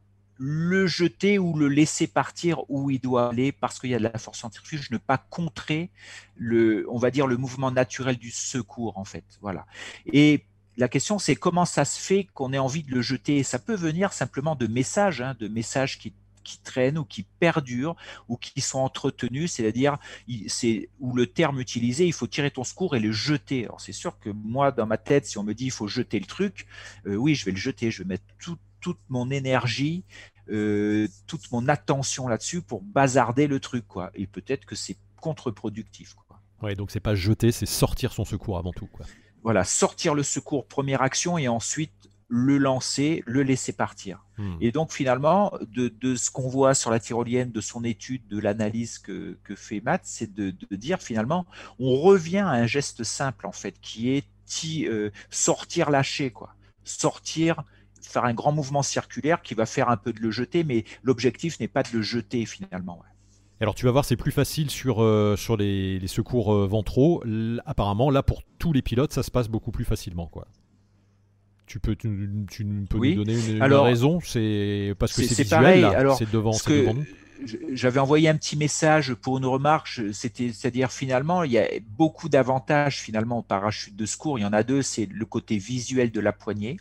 le jeter ou le laisser partir où il doit aller parce qu'il y a de la force centrifuge, ne pas contrer on va dire, le mouvement naturel du secours, en fait. Voilà. Et la question, c'est comment ça se fait qu'on ait envie de le jeter. Et ça peut venir simplement de messages, hein, de messages qui traînent ou qui perdurent ou qui sont entretenus, c'est-à-dire c'est où le terme utilisé, il faut tirer ton secours et le jeter. Alors c'est sûr que moi, dans ma tête, si on me dit il faut jeter le truc, oui, je vais le jeter, je vais mettre toute mon énergie, toute mon attention là-dessus pour bazarder le truc, quoi. Et peut-être que c'est contre-productif, quoi. Ouais, donc c'est pas jeter, c'est sortir son secours avant tout, quoi. Voilà, sortir le secours, première action, et ensuite le lancer, le laisser partir. Et donc finalement, de ce qu'on voit sur la tyrolienne, de son étude, de l'analyse que fait Matt, c'est de dire finalement, on revient à un geste simple en fait, qui est sortir, lâcher, quoi. Sortir, faire un grand mouvement circulaire qui va faire un peu de le jeter, mais l'objectif n'est pas de le jeter finalement. Ouais. Alors tu vas voir, c'est plus facile sur les secours ventraux. Apparemment, là, pour tous les pilotes, ça se passe beaucoup plus facilement, quoi. Tu peux Oui. nous donner une Alors, raison? C'est parce que c'est visuel, pareil. là. Alors, c'est devant nous. J'avais envoyé un petit message pour une remarque, c'est-à-dire finalement, il y a beaucoup d'avantages finalement au parachute de secours. Il y en a deux, c'est le côté visuel de la poignée.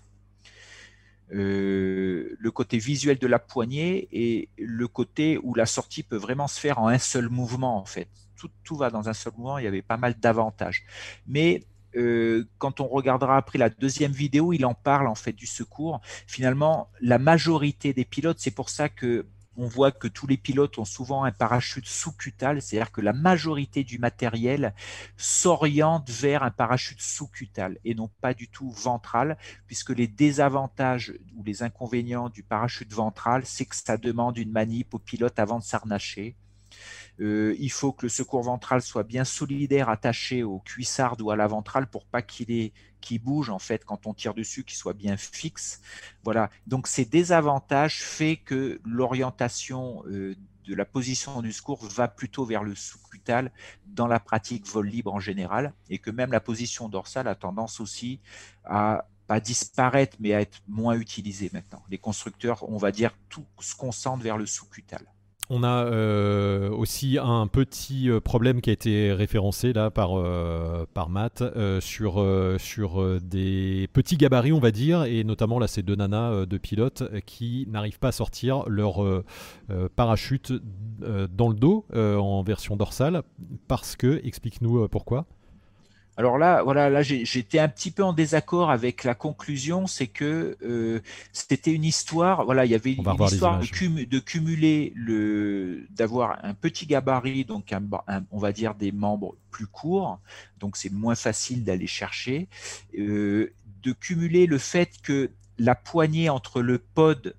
Le côté visuel de la poignée et le côté où la sortie peut vraiment se faire en un seul mouvement, en fait. Tout va dans un seul mouvement, il y avait pas mal d'avantages. Mais quand on regardera après la deuxième vidéo, il en parle en fait du secours. Finalement, la majorité des pilotes, c'est pour ça que on voit que tous les pilotes ont souvent un parachute sous-cutal, c'est-à-dire que la majorité du matériel s'oriente vers un parachute sous-cutal et non pas du tout ventral, puisque les désavantages ou les inconvénients du parachute ventral, c'est que ça demande une manip au pilote avant de s'harnacher. Il faut que le secours ventral soit bien solidaire, attaché aux cuissardes ou à la ventrale pour pas qu'il bouge en fait quand on tire dessus, qu'il soit bien fixe. Voilà. Donc ces désavantages fait que l'orientation de la position du secours va plutôt vers le sous-cutal dans la pratique vol libre en général, et que même la position dorsale a tendance aussi à pas disparaître, mais à être moins utilisée maintenant. Les constructeurs, on va dire, tout se concentre vers le sous-cutal. On a aussi un petit problème qui a été référencé là par Matt sur des petits gabarits, on va dire, et notamment là ces deux nanas de pilotes qui n'arrivent pas à sortir leur parachute dans le dos en version dorsale parce que, explique-nous pourquoi. Alors là, voilà, là j'étais un petit peu en désaccord avec la conclusion, c'est que c'était une histoire. Voilà, il y avait une histoire de cumuler d'avoir un petit gabarit, donc on va dire des membres plus courts, donc c'est moins facile d'aller chercher, de cumuler le fait que la poignée entre le pod,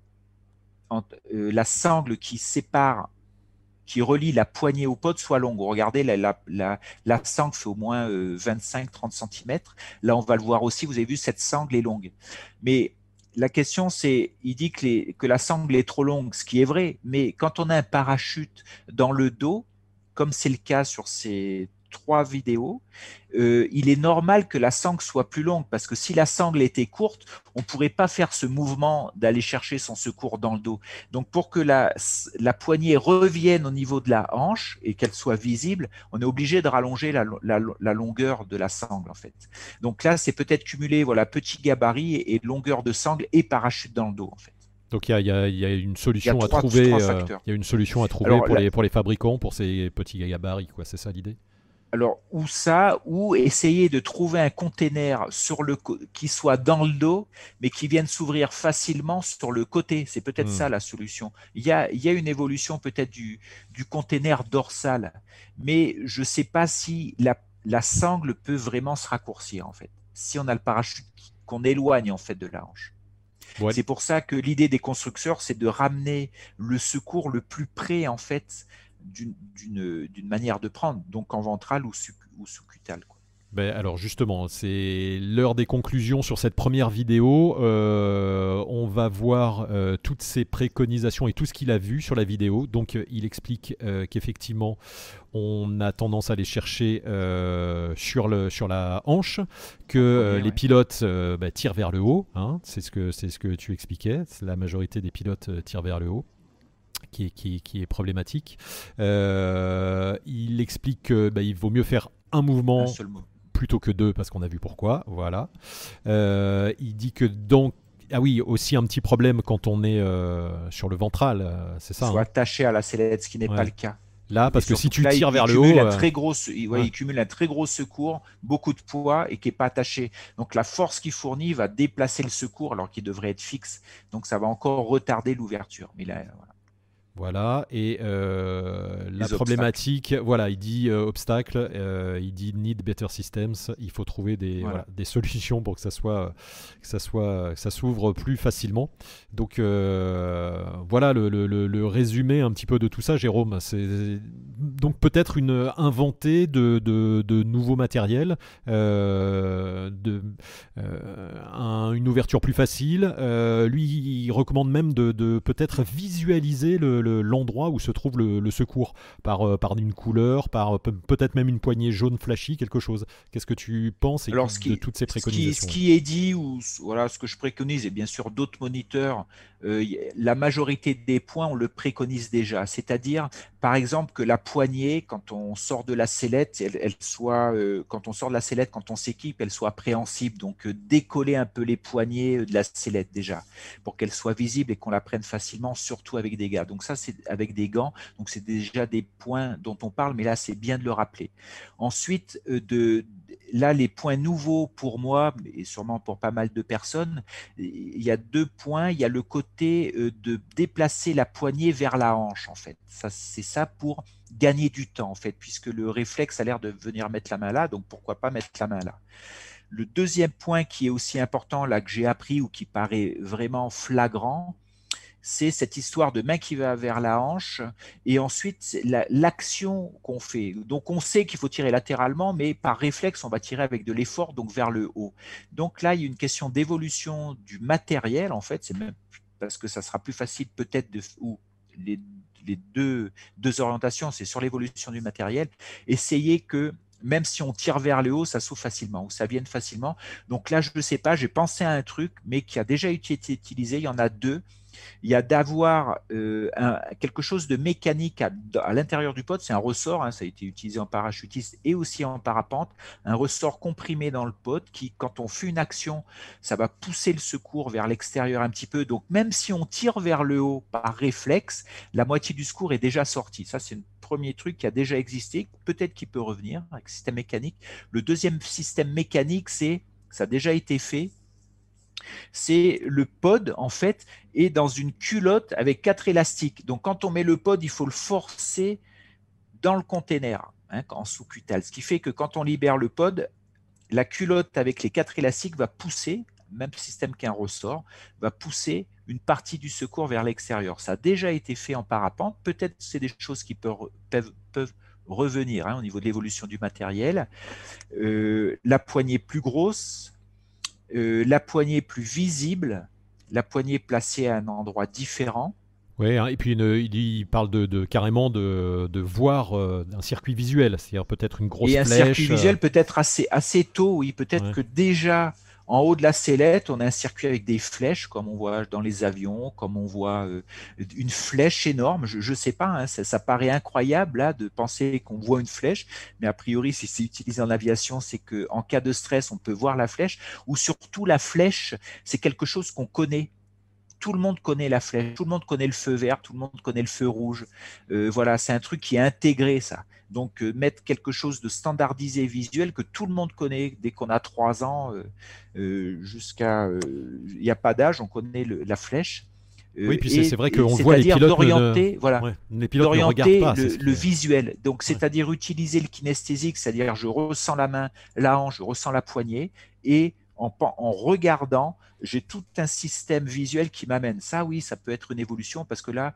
la sangle qui relie la poignée au pod soit longue. Regardez, la sangle fait au moins 25-30 cm. Là, on va le voir aussi. Vous avez vu, cette sangle est longue. Mais la question, c'est, il dit que la sangle est trop longue, ce qui est vrai. Mais quand on a un parachute dans le dos, comme c'est le cas sur ces 3 vidéos, il est normal que la sangle soit plus longue, parce que si la sangle était courte, on ne pourrait pas faire ce mouvement d'aller chercher son secours dans le dos. Donc pour que la poignée revienne au niveau de la hanche et qu'elle soit visible, on est obligé de rallonger la longueur de la sangle en fait. Donc là, c'est peut-être cumulé, voilà, petit gabarit et longueur de sangle et parachute dans le dos en fait. Donc il y a une solution à trouver. Il y a une solution à trouver pour les fabricants, pour ces petits gabarits, quoi. C'est ça l'idée? Alors, ou essayer de trouver un container qui soit dans le dos, mais qui vienne s'ouvrir facilement sur le côté. C'est peut-être ça la solution. Il y a une évolution peut-être du container dorsal, mais je ne sais pas si la sangle peut vraiment se raccourcir, en fait, si on a le parachute qu'on éloigne en fait de la hanche. Ouais. C'est pour ça que l'idée des constructeurs, c'est de ramener le secours le plus près, en fait, d'une manière de prendre, donc en ventral ou sous-cutal. Ben alors justement, c'est l'heure des conclusions sur cette première vidéo. On va voir toutes ces préconisations et tout ce qu'il a vu sur la vidéo. Donc il explique qu'effectivement on a tendance à aller chercher sur la hanche, que les pilotes tirent vers le haut. Hein, c'est ce que tu expliquais. La majorité des pilotes tirent vers le haut. Qui est problématique. Il explique qu'il vaut mieux faire un mouvement plutôt que deux, parce qu'on a vu pourquoi. Voilà. Il dit que donc ah oui, aussi un petit problème quand on est sur le ventral, c'est ça. Soit attaché à la sellette, ce qui n'est pas le cas. Là, parce que si tu tires vers le haut, il cumule un très gros secours, beaucoup de poids et qui n'est pas attaché. Donc la force qu'il fournit va déplacer le secours alors qu'il devrait être fixe. Donc ça va encore retarder l'ouverture. Mais là, voilà. Voilà, et la problématique, voilà, il dit obstacle, il dit need better systems, il faut trouver des solutions pour que ça s'ouvre plus facilement. Donc voilà le résumé un petit peu de tout ça, Jérôme. C'est donc peut-être inventer de nouveaux matériels, une ouverture plus facile. Lui, il recommande même de peut-être visualiser l'endroit où se trouve le secours par une couleur, par peut-être même une poignée jaune flashy, quelque chose. Qu'est-ce que tu penses de toutes ces préconisations? Ce qui est dit, ou voilà, ce que je préconise, et bien sûr d'autres moniteurs, la majorité des points, on le préconise déjà. C'est-à-dire, par exemple, que la poignée, quand on sort de la sellette, quand on sort de la sellette, quand on s'équipe, elle soit préhensible. Donc, décoller un peu les poignées de la sellette déjà, pour qu'elle soit visible et qu'on la prenne facilement, surtout avec des gants. Donc ça, c'est avec des gants. Donc, c'est déjà des points dont on parle, mais là, c'est bien de le rappeler. Ensuite, là, les points nouveaux pour moi, et sûrement pour pas mal de personnes, il y a 2 points. Il y a le côté de déplacer la poignée vers la hanche, en fait. C'est ça pour gagner du temps, en fait, puisque le réflexe a l'air de venir mettre la main là, donc pourquoi pas mettre la main là. Le deuxième point qui est aussi important, là, que j'ai appris ou qui paraît vraiment flagrant, c'est cette histoire de main qui va vers la hanche et ensuite l'action qu'on fait. Donc on sait qu'il faut tirer latéralement, mais par réflexe, on va tirer avec de l'effort, donc vers le haut. Donc là, il y a une question d'évolution du matériel, en fait, c'est même parce que ça sera plus facile peut-être ou les deux orientations, c'est sur l'évolution du matériel, essayer que même si on tire vers le haut, ça s'ouvre facilement ou ça vienne facilement. Donc là, je ne sais pas, j'ai pensé à un truc, mais qui a déjà été utilisé, il y en a 2. Il y a d'avoir quelque chose de mécanique à l'intérieur du pod, c'est un ressort, hein, ça a été utilisé en parachutiste et aussi en parapente, un ressort comprimé dans le pod qui, quand on fait une action, ça va pousser le secours vers l'extérieur un petit peu. Donc même si on tire vers le haut par réflexe, la moitié du secours est déjà sortie. Ça, c'est le premier truc qui a déjà existé, peut-être qu'il peut revenir avec le système mécanique. Le deuxième système mécanique, ça a déjà été fait, c'est le pod, en fait, est dans une culotte avec 4 élastiques. Donc, quand on met le pod, il faut le forcer dans le container, hein, en sous-cutal. Ce qui fait que quand on libère le pod, la culotte avec les 4 élastiques va pousser, même système qu'un ressort, va pousser une partie du secours vers l'extérieur. Ça a déjà été fait en parapente. Peut-être que c'est des choses qui peuvent revenir, hein, au niveau de l'évolution du matériel. La poignée plus grosse, la poignée plus visible, la poignée placée à un endroit différent. Oui, hein, et puis il parle carrément de voir un circuit visuel, c'est-à-dire peut-être une grosse flèche. Et un circuit visuel peut-être assez tôt, oui, peut-être que déjà en haut de la sellette, on a un circuit avec des flèches, comme on voit dans les avions, comme on voit une flèche énorme. Je ne sais pas, hein, ça paraît incroyable là, de penser qu'on voit une flèche, mais a priori, si c'est utilisé en aviation, c'est qu'en cas de stress, on peut voir la flèche, ou surtout la flèche, c'est quelque chose qu'on connaît. Tout le monde connaît la flèche, tout le monde connaît le feu vert, tout le monde connaît le feu rouge. Voilà, c'est un truc qui est intégré, ça. Donc, mettre quelque chose de standardisé visuel que tout le monde connaît dès qu'on a 3 ans jusqu'à... Il n'y a pas d'âge, on connaît la flèche. Oui, puis c'est vrai qu'on voit les pilotes d'orienter, les pilotes ne regardent pas le visuel. Donc, c'est-à-dire utiliser le kinesthésique, c'est-à-dire je ressens la main, la hanche, je ressens la poignée, et en regardant, j'ai tout un système visuel qui m'amène. Ça, oui, ça peut être une évolution parce que là,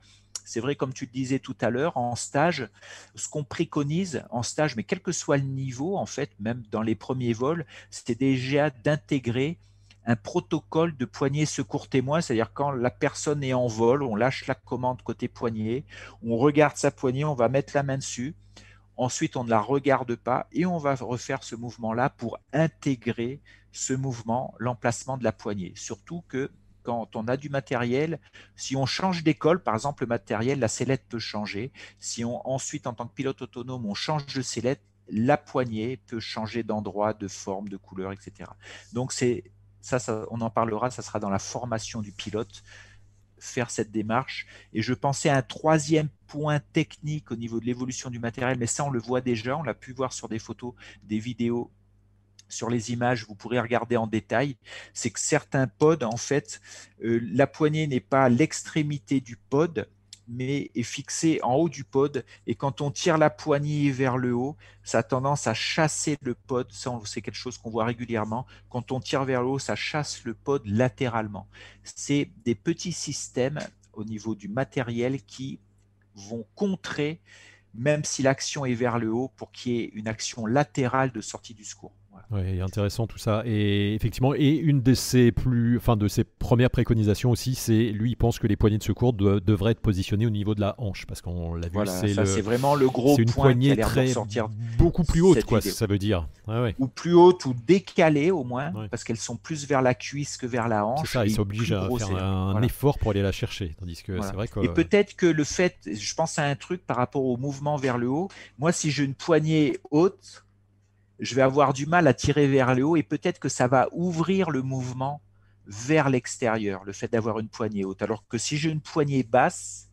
c'est vrai, comme tu le disais tout à l'heure, en stage, ce qu'on préconise en stage, mais quel que soit le niveau, en fait, même dans les premiers vols, c'était déjà d'intégrer un protocole de poignée secours témoin, c'est-à-dire quand la personne est en vol, on lâche la commande côté poignée, on regarde sa poignée, on va mettre la main dessus, ensuite on ne la regarde pas et on va refaire ce mouvement-là pour intégrer ce mouvement, l'emplacement de la poignée. Surtout que quand on a du matériel, si on change d'école, par exemple le matériel, la sellette peut changer. Si ensuite, en tant que pilote autonome, on change de sellette, la poignée peut changer d'endroit, de forme, de couleur, etc. Donc ça, on en parlera, ça sera dans la formation du pilote, faire cette démarche. Et je pensais à un troisième point technique au niveau de l'évolution du matériel, mais ça on le voit déjà, on l'a pu voir sur des photos, des vidéos, sur les images, vous pourrez regarder en détail, c'est que certains pods, en fait, la poignée n'est pas à l'extrémité du pod, mais est fixée en haut du pod. Et quand on tire la poignée vers le haut, ça a tendance à chasser le pod. Ça, c'est quelque chose qu'on voit régulièrement. Quand on tire vers le haut, ça chasse le pod latéralement. C'est des petits systèmes au niveau du matériel qui vont contrer, même si l'action est vers le haut, pour qu'il y ait une action latérale de sortie du secours. Oui, intéressant tout ça. Et effectivement, et une de ses premières préconisations aussi, c'est lui, il pense que les poignées de secours devraient être positionnées au niveau de la hanche, parce qu'on l'a vu, voilà, c'est vraiment le gros c'est une point poignée qui a l'air de sortir beaucoup plus haute, quoi, ça veut dire. Ouais. Ou plus haute ou décalée au moins, parce qu'elles sont plus vers la cuisse que vers la hanche. C'est ça, il s'oblige à faire un effort pour aller la chercher, tandis que c'est vrai que... Et peut-être que le fait, je pense à un truc par rapport au mouvement vers le haut, moi si j'ai une poignée haute, je vais avoir du mal à tirer vers le haut et peut-être que ça va ouvrir le mouvement vers l'extérieur, le fait d'avoir une poignée haute. Alors que si j'ai une poignée basse,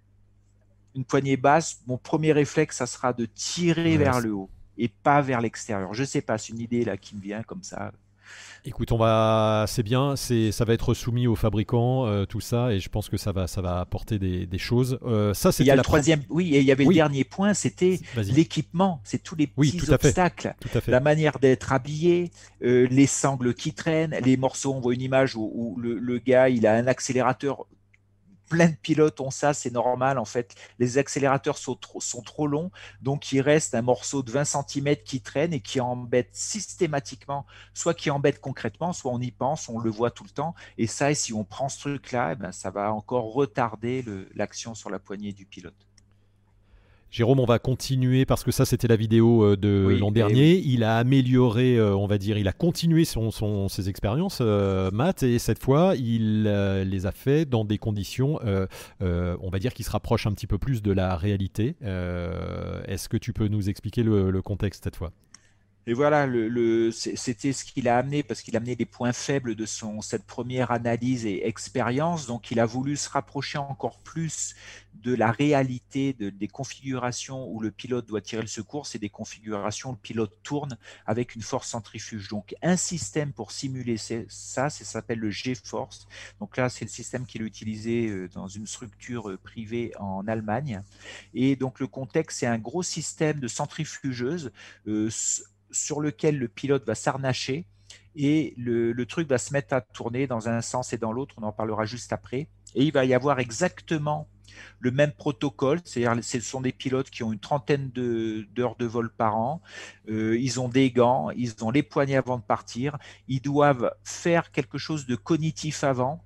mon premier réflexe, ça sera de tirer vers le haut et pas vers l'extérieur. Je ne sais pas, c'est une idée là qui me vient comme ça. Écoute, c'est bien, ça va être soumis aux fabricants, tout ça, et je pense que ça va apporter des choses. Ça, c'était il y a le troisième, et il y avait le dernier point, c'était l'équipement, c'est tous les petits obstacles, la manière d'être habillé, les sangles qui traînent, les morceaux. On voit une image où le gars, il a un accélérateur. Plein de pilotes ont ça, c'est normal en fait. Les accélérateurs sont trop longs, donc il reste un morceau de 20 cm qui traîne et qui embête systématiquement, soit qui embête concrètement, soit on y pense, on le voit tout le temps. Et ça, et si on prend ce truc-là, ça va encore retarder l'action sur la poignée du pilote. Jérôme, on va continuer parce que ça, c'était la vidéo de l'an dernier. Il a amélioré, on va dire, il a continué ses expériences, Matt, et cette fois, il les a fait dans des conditions, on va dire, qui se rapprochent un petit peu plus de la réalité. Est-ce que tu peux nous expliquer le contexte cette fois ? Et voilà, c'était ce qu'il a amené, parce qu'il a amené les points faibles de cette première analyse et expérience. Donc, il a voulu se rapprocher encore plus de la réalité des configurations où le pilote doit tirer le secours. C'est des configurations où le pilote tourne avec une force centrifuge. Donc, un système pour simuler ça s'appelle le G-Force. Donc là, c'est le système qu'il a utilisé dans une structure privée en Allemagne. Et donc, le contexte, c'est un gros système de centrifugeuse sur lequel le pilote va s'harnacher et le truc va se mettre à tourner dans un sens et dans l'autre, on en parlera juste après. Et il va y avoir exactement le même protocole, c'est-à-dire ce sont des pilotes qui ont une trentaine d'heures de vol par an, ils ont des gants, ils ont les poignets avant de partir, ils doivent faire quelque chose de cognitif avant,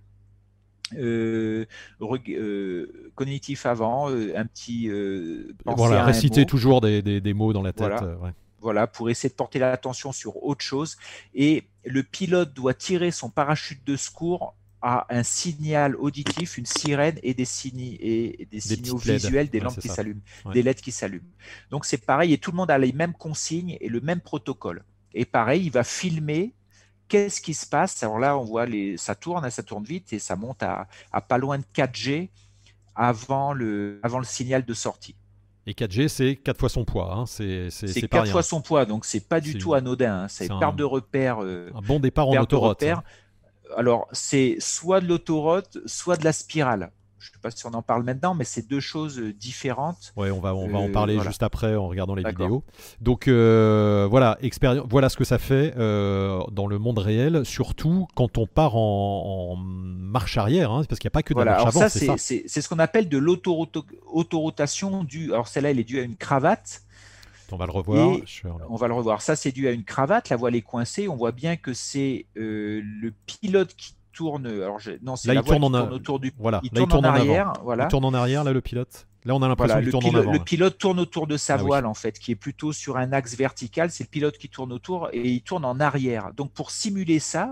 cognitif avant, un petit voilà, réciter toujours des mots dans la tête. Voilà, pour essayer de porter l'attention sur autre chose. Et le pilote doit tirer son parachute de secours à un signal auditif, une sirène et des signaux visuels, des lampes qui s'allument, des LED qui s'allument. Donc c'est pareil, et tout le monde a les mêmes consignes et le même protocole. Et pareil, il va filmer qu'est-ce qui se passe. Alors là, on voit ça tourne vite et ça monte à pas loin de 4G avant le signal de sortie. Et 4G, c'est 4 fois son poids. Hein. C'est 4 fois son poids, donc c'est pas du tout anodin. Hein. C'est perte de repère. Un bon départ en autoroute. Alors, c'est soit de l'autoroute, soit de la spirale. je ne sais pas si on en parle maintenant, mais c'est deux choses différentes. Ouais, on va en parler Voilà. juste après en regardant les D'accord. vidéos. Donc voilà, voilà ce que ça fait dans le monde réel, surtout quand on part en marche arrière, hein, parce qu'il n'y a pas que de la Voilà. marche Alors avant, ça, c'est ça. c'est ce qu'on appelle de l'autorotation due. Alors celle-là, elle est due à une cravate. On va le revoir. Et on va le revoir. Ça, c'est dû à une cravate. La voile est coincée. On voit bien que c'est le pilote qui tourne. Alors, non, c'est Là, la il voile tourne qui tourne autour du. voilà, Il là, il tourne en tourne en avant. arrière. Il Voilà. tourne en arrière, là, le pilote. Là, on a l'impression Voilà. qu'il tourne en avant. Le Là. pilote tourne autour de sa Ah oui. voile, en fait, qui est plutôt sur un axe vertical. C'est le pilote qui tourne autour et il tourne en arrière. Donc, pour simuler ça,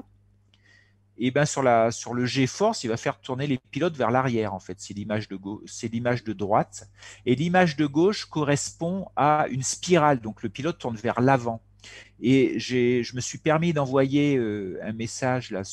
et ben sur le G-force, il va faire tourner les pilotes vers l'arrière, en fait. C'est l'image de droite. Et l'image de gauche correspond à une spirale. Donc, le pilote tourne vers l'avant. Et je me suis permis d'envoyer un message là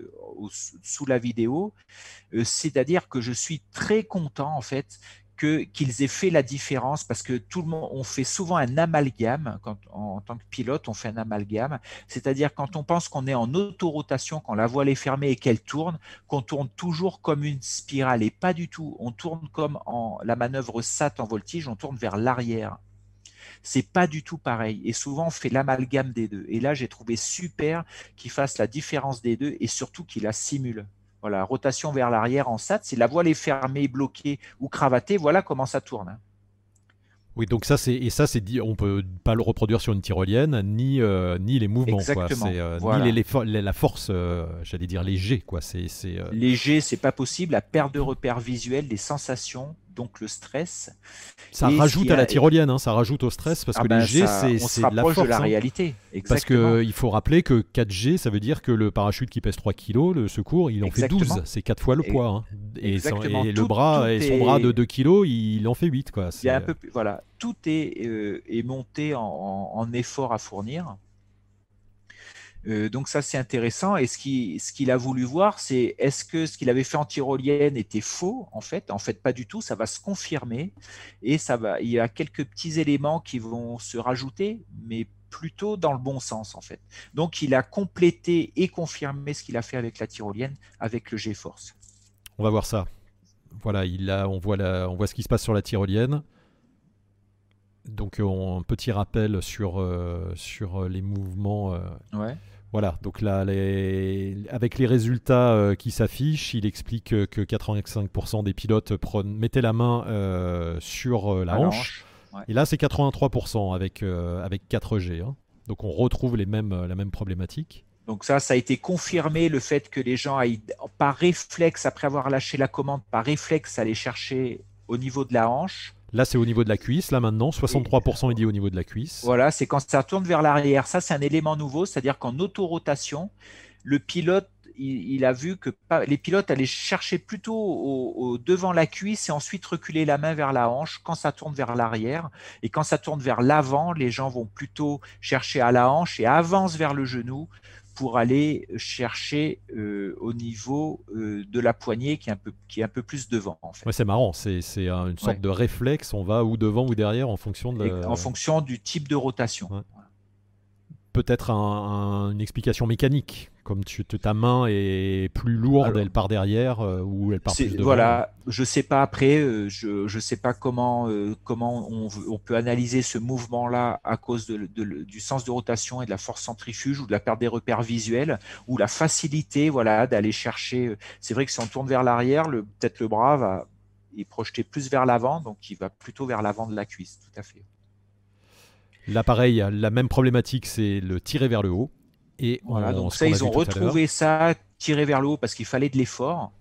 sous la vidéo, c'est-à-dire que je suis très content en fait qu'ils aient fait la différence parce que tout le monde, on fait souvent un amalgame en tant que pilote, on fait un amalgame, c'est-à-dire quand on pense qu'on est en autorotation, quand la voile est fermée et qu'elle tourne, qu'on tourne toujours comme une spirale et pas du tout, on tourne comme en la manœuvre SAT en voltige, on tourne vers l'arrière. C'est pas du tout pareil. Et souvent, on fait l'amalgame des deux. Et là, j'ai trouvé super qu'il fasse la différence des deux et surtout qu'il la simule. Voilà, rotation vers l'arrière en SAT. Si la voile est fermée, bloquée ou cravatée, voilà comment ça tourne. Hein. Oui, donc ça c'est dit, on peut pas le reproduire sur une tyrolienne, ni les mouvements, quoi. Exactement. C'est Voilà. ni la force, j'allais dire les G, quoi. Léger, c'est pas possible. La perte de repères visuels, des sensations, donc le stress. Ça rajoute à la tyrolienne, hein, ça rajoute au stress parce que les G, on c'est se de la rapproche force. de la Hein. réalité. Parce Exactement. qu'il faut rappeler que 4G, ça veut dire que le parachute qui pèse 3 kg, le secours, il en fait 12. C'est 4 fois le poids. Hein. Exactement. Et le bras, et son bras de 2 kg, il en fait 8. Quoi. Il y a un peu, voilà, tout est monté en effort à fournir. Donc ça, c'est intéressant. Et ce qu'il a voulu voir, c'est est-ce que ce qu'il avait fait en tyrolienne était faux en fait? En fait, pas du tout. Ça va se confirmer. Et il y a quelques petits éléments qui vont se rajouter, mais plutôt dans le bon sens en fait. Donc, il a complété et confirmé ce qu'il a fait avec la tyrolienne, avec le G-Force. On va voir ça. Voilà, on voit ce qui se passe sur la tyrolienne. Donc un petit rappel sur les mouvements. Ouais. Voilà, donc là, avec les résultats qui s'affichent, il explique que 85% des pilotes mettaient la main sur la hanche. Ouais. Et là, c'est 83% avec 4G. Hein. Donc on retrouve la même problématique. Donc ça a été confirmé, le fait que les gens aillent par réflexe, après avoir lâché la commande, par réflexe, aller chercher au niveau de la hanche. Là, c'est au niveau de la cuisse. Là, maintenant, 63% est dit au niveau de la cuisse. Voilà, c'est quand ça tourne vers l'arrière. Ça, c'est un élément nouveau, c'est-à-dire qu'en autorotation, le pilote, il a vu que les pilotes allaient chercher plutôt devant la cuisse et ensuite reculer la main vers la hanche quand ça tourne vers l'arrière. Et quand ça tourne vers l'avant, les gens vont plutôt chercher à la hanche et avancent vers le genou pour aller chercher au niveau de la poignée qui est un peu plus devant. En fait. Ouais, c'est marrant, c'est une sorte de réflexe, on va ou devant ou derrière en fonction en fonction du type de rotation. Ouais. Peut-être une explication mécanique, comme ta main est plus lourde, elle part derrière ou elle part plus devant. Voilà, je sais pas après, je sais pas comment on peut analyser ce mouvement-là à cause du sens de rotation et de la force centrifuge ou de la perte des repères visuels ou la facilité, voilà, d'aller chercher. C'est vrai que si on tourne vers l'arrière, peut-être le bras va est projeté plus vers l'avant, donc il va plutôt vers l'avant de la cuisse, tout à fait. Là, pareil, la même problématique, c'est le tirer vers le haut. Et voilà, donc ça, ils ont retrouvé ça, tiré vers le haut parce qu'il fallait de l'effort.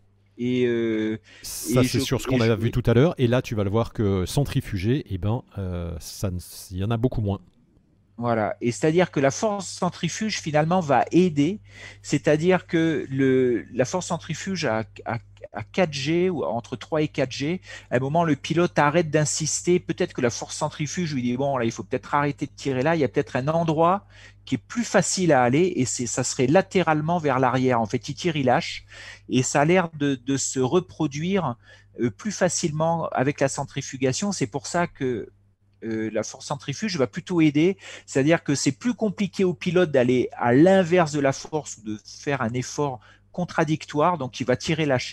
Ça, c'est sur ce qu'on avait vu tout à l'heure. Et là, tu vas le voir que centrifugé, il y en a beaucoup moins. Voilà, et c'est-à-dire que la force centrifuge finalement va aider, c'est-à-dire que la force centrifuge à 4G ou entre 3 et 4G, à un moment le pilote arrête d'insister, peut-être que la force centrifuge lui dit bon là il faut peut-être arrêter de tirer là, il y a peut-être un endroit qui est plus facile à aller et ça serait latéralement vers l'arrière. En fait, il tire, il lâche et ça a l'air de se reproduire plus facilement avec la centrifugation. C'est pour ça que la force centrifuge va plutôt aider, c'est-à-dire que c'est plus compliqué au pilote d'aller à l'inverse de la force ou de faire un effort contradictoire, donc il va tirer lâcher.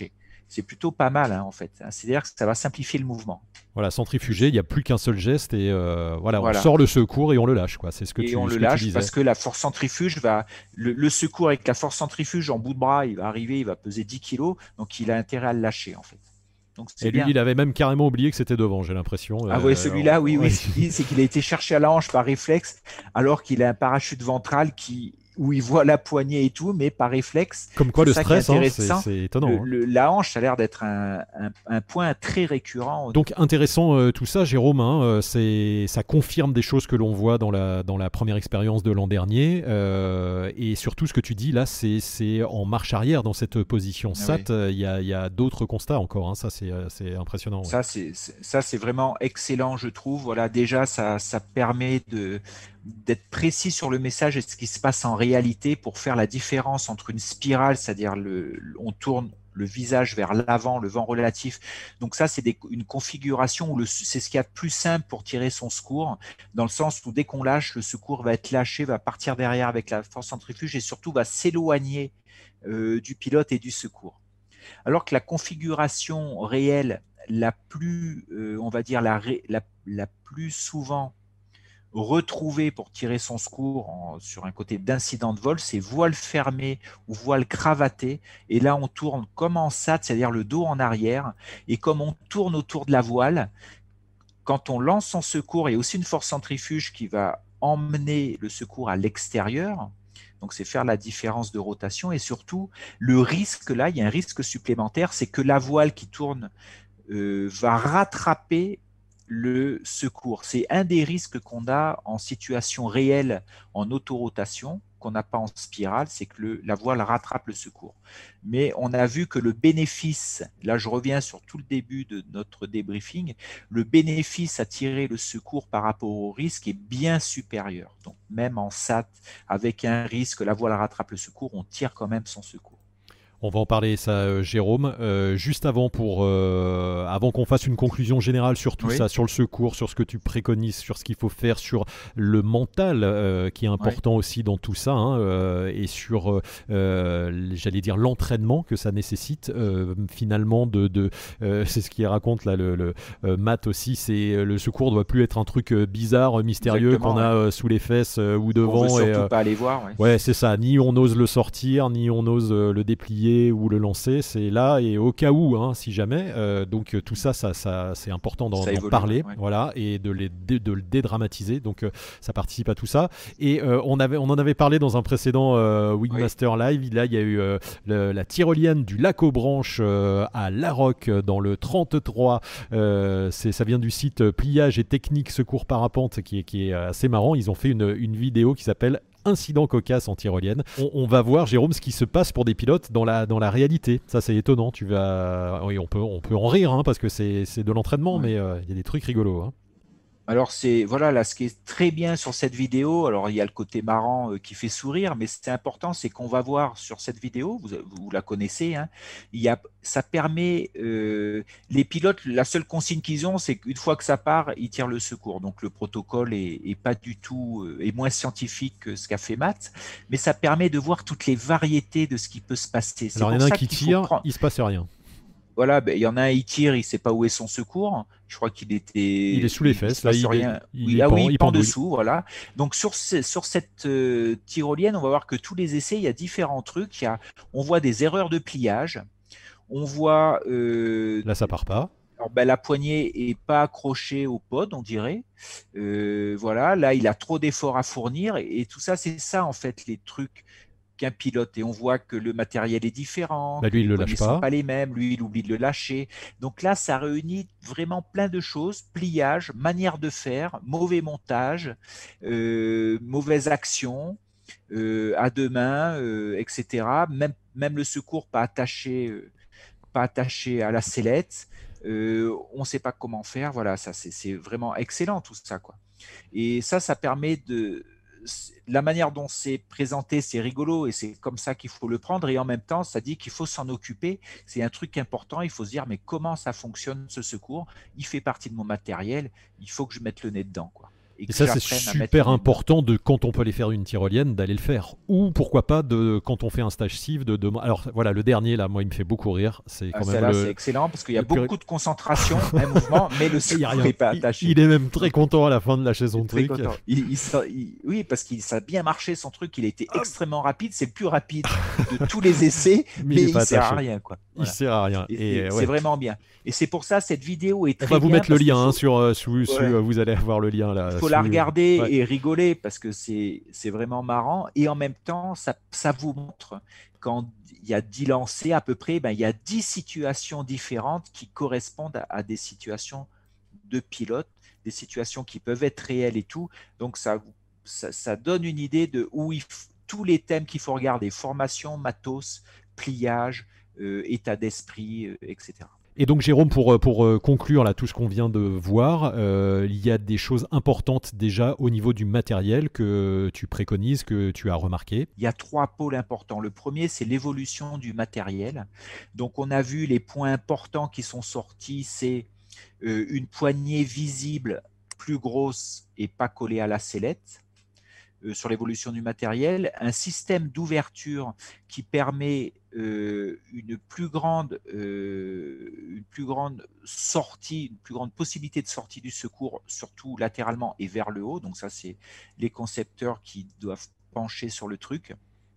c'est plutôt pas mal en fait. C'est-à-dire que ça va simplifier le mouvement. Voilà, centrifugé, il n'y a plus qu'un seul geste et voilà, on Voilà. sort le secours et on le lâche, quoi. C'est ce que Et tu, on ce le que tu lâche disais. parce que la force centrifuge va, le secours avec la force centrifuge en bout de bras, il va arriver, il va peser 10 kilos, donc il a intérêt à le lâcher en fait. Donc c'est Et lui, bien. il avait même carrément oublié que c'était devant, j'ai l'impression. Ah ouais, celui-là, oui, Ouais. oui, c'est qu'il a été cherché à la hanche par réflexe, alors qu'il a un parachute ventral où il voit la poignée et tout, mais par réflexe. Comme quoi, C'est le ça qui est stress, hein, intéressant. c'est étonnant. Hein. La hanche, ça a l'air d'être un point très récurrent. Donc intéressant tout ça, Jérôme. Hein, ça confirme des choses que l'on voit dans la première expérience de l'an dernier. Et surtout, ce que tu dis là, c'est en marche arrière dans cette position SAT. Oui. Il y a d'autres constats encore. Hein, ça, c'est impressionnant. Ouais. Ça, c'est vraiment excellent, je trouve. Voilà, déjà, ça permet d'être précis sur le message et ce qui se passe en réalité pour faire la différence entre une spirale, c'est-à-dire on tourne le visage vers l'avant, le vent relatif. Donc ça, c'est une configuration où c'est ce qu'il y a de plus simple pour tirer son secours, dans le sens où dès qu'on lâche, le secours va être lâché, va partir derrière avec la force centrifuge et surtout va s'éloigner du pilote et du secours. Alors que la configuration réelle la plus, on va dire, la plus souvent retrouvée pour tirer son secours sur un côté d'incident de vol, c'est voile fermée ou voile cravatée. Et là, on tourne comme en SAT, c'est-à-dire le dos en arrière. Et comme on tourne autour de la voile, quand on lance son secours, il y a aussi une force centrifuge qui va emmener le secours à l'extérieur. Donc, c'est faire la différence de rotation. Et surtout, le risque, là, il y a un risque supplémentaire, c'est que la voile qui tourne va rattraper le secours. C'est un des risques qu'on a en situation réelle en autorotation, qu'on n'a pas en spirale, c'est que la voile rattrape le secours. Mais on a vu que le bénéfice, là je reviens sur tout le début de notre débriefing, le bénéfice à tirer le secours par rapport au risque est bien supérieur. Donc même en SAT, avec un risque, la voile rattrape le secours, on tire quand même son secours. On va en parler, ça, Jérôme. Juste avant, avant qu'on fasse une conclusion générale sur tout ça, sur le secours, sur ce que tu préconises, sur ce qu'il faut faire, sur le mental qui est important aussi dans tout ça, hein, et sur, j'allais dire, l'entraînement que ça nécessite. Finalement, c'est ce qu'il raconte là, le Matt aussi, c'est le secours doit plus être un truc bizarre, mystérieux qu'on a sous les fesses ou devant. On veut surtout pas aller voir. Ouais, c'est ça. Ni on ose le sortir, ni on ose le déplier ou le lancer, c'est là et au cas où, hein, si jamais. Donc tout ça, c'est important d'en parler, voilà, et de le dédramatiser. Donc ça participe à tout ça. Et on en avait parlé dans un précédent Wingmaster Live. Là, il y a eu la tyrolienne du lac aux Branches à La Roque dans le 33. Ça vient du site Pliage et Technique Secours Parapente qui est assez marrant. Ils ont fait une vidéo qui s'appelle Incident cocasse en tyrolienne. On va voir, Jérôme, ce qui se passe pour des pilotes dans la réalité. Ça, c'est étonnant. Oui, on peut en rire, hein, parce que c'est de l'entraînement, mais il y a des trucs rigolos. Hein. Alors voilà, là, ce qui est très bien sur cette vidéo, alors il y a le côté marrant qui fait sourire, mais c'est important, c'est qu'on va voir sur cette vidéo, vous la connaissez, hein, ça permet, les pilotes, la seule consigne qu'ils ont, c'est qu'une fois que ça part, ils tirent le secours. Donc le protocole est pas du tout, est moins scientifique que ce qu'a fait Matt, mais ça permet de voir toutes les variétés de ce qui peut se passer. Alors il y en a un qui tire, il se passe rien. Voilà, il y en a un, il tire, il ne sait pas où est son secours. Je crois qu'il était. Il est sous les fesses, là, il pend dessous, voilà. Donc sur cette tyrolienne, on va voir que tous les essais, il y a différents trucs. On voit des erreurs de pliage. On voit. Là, ça part pas. Alors, la poignée est pas accrochée au pod, on dirait. Voilà, là, il a trop d'efforts à fournir. Et tout ça, c'est ça, en fait, les trucs qu'un pilote, et on voit que le matériel est différent, lui, il le lâche pas. Sont pas les mêmes, lui il oublie de le lâcher. Donc là, ça réunit vraiment plein de choses, pliage, manière de faire, mauvais montage, mauvaise action, à deux mains, etc. Même le secours pas attaché à la sellette. On ne sait pas comment faire. Voilà, ça c'est vraiment excellent tout ça, quoi. Et ça permet la manière dont c'est présenté, c'est rigolo et c'est comme ça qu'il faut le prendre. Et en même temps, ça dit qu'il faut s'en occuper. C'est un truc important. Il faut se dire, mais comment ça fonctionne ce secours? Il fait partie de mon matériel. Il faut que je mette le nez dedans, quoi. et Et que ça, c'est j'apprenne à mettre super une main. important de quand on peut aller faire une tyrolienne, d'aller le faire. Ou pourquoi pas, quand on fait un stage civ, Alors voilà, le dernier, là, moi, il me fait beaucoup rire. C'est quand même Celle-là, c'est excellent parce qu'il y a le pur... beaucoup de concentration, un mouvement, mais le Il n'y a secours rien. n'est pas attaché. Il est même très Donc, content à la fin de lâcher son très truc. content. Oui, parce qu'il ça a bien marché son truc. Il a été Hop, extrêmement rapide. C'est le plus rapide de tous les essais, mais il mais n'est il pas sert à attaché. rien, quoi. Il Voilà. sert à rien. Et Et c'est ouais. vraiment bien. Et c'est pour ça cette vidéo est On va très vous bien mettre le parce qu'il lien hein, faut, sur ouais, vous allez avoir le lien il là. faut la regarder Ouais. et rigoler parce que c'est vraiment marrant. Et en même temps, ça vous montre quand il y a 10 lancers à peu près, ben, il y a 10 situations différentes qui correspondent à des situations de pilote, des situations qui peuvent être réelles et tout. Donc ça donne une idée de tous les thèmes qu'il faut regarder, formation, matos, pliage, état d'esprit, etc. Et donc Jérôme, pour conclure là tout ce qu'on vient de voir, il y a des choses importantes déjà au niveau du matériel que tu préconises, que tu as remarqué. Il y a 3 pôles importants. Le premier, c'est l'évolution du matériel. Donc on a vu les points importants qui sont sortis, c'est une poignée visible plus grosse et pas collée à la sellette. Sur l'évolution du matériel, un système d'ouverture qui permet une plus grande sortie, une plus grande possibilité de sortie du secours, surtout latéralement et vers le haut. Donc ça, c'est les concepteurs qui doivent pencher sur le truc.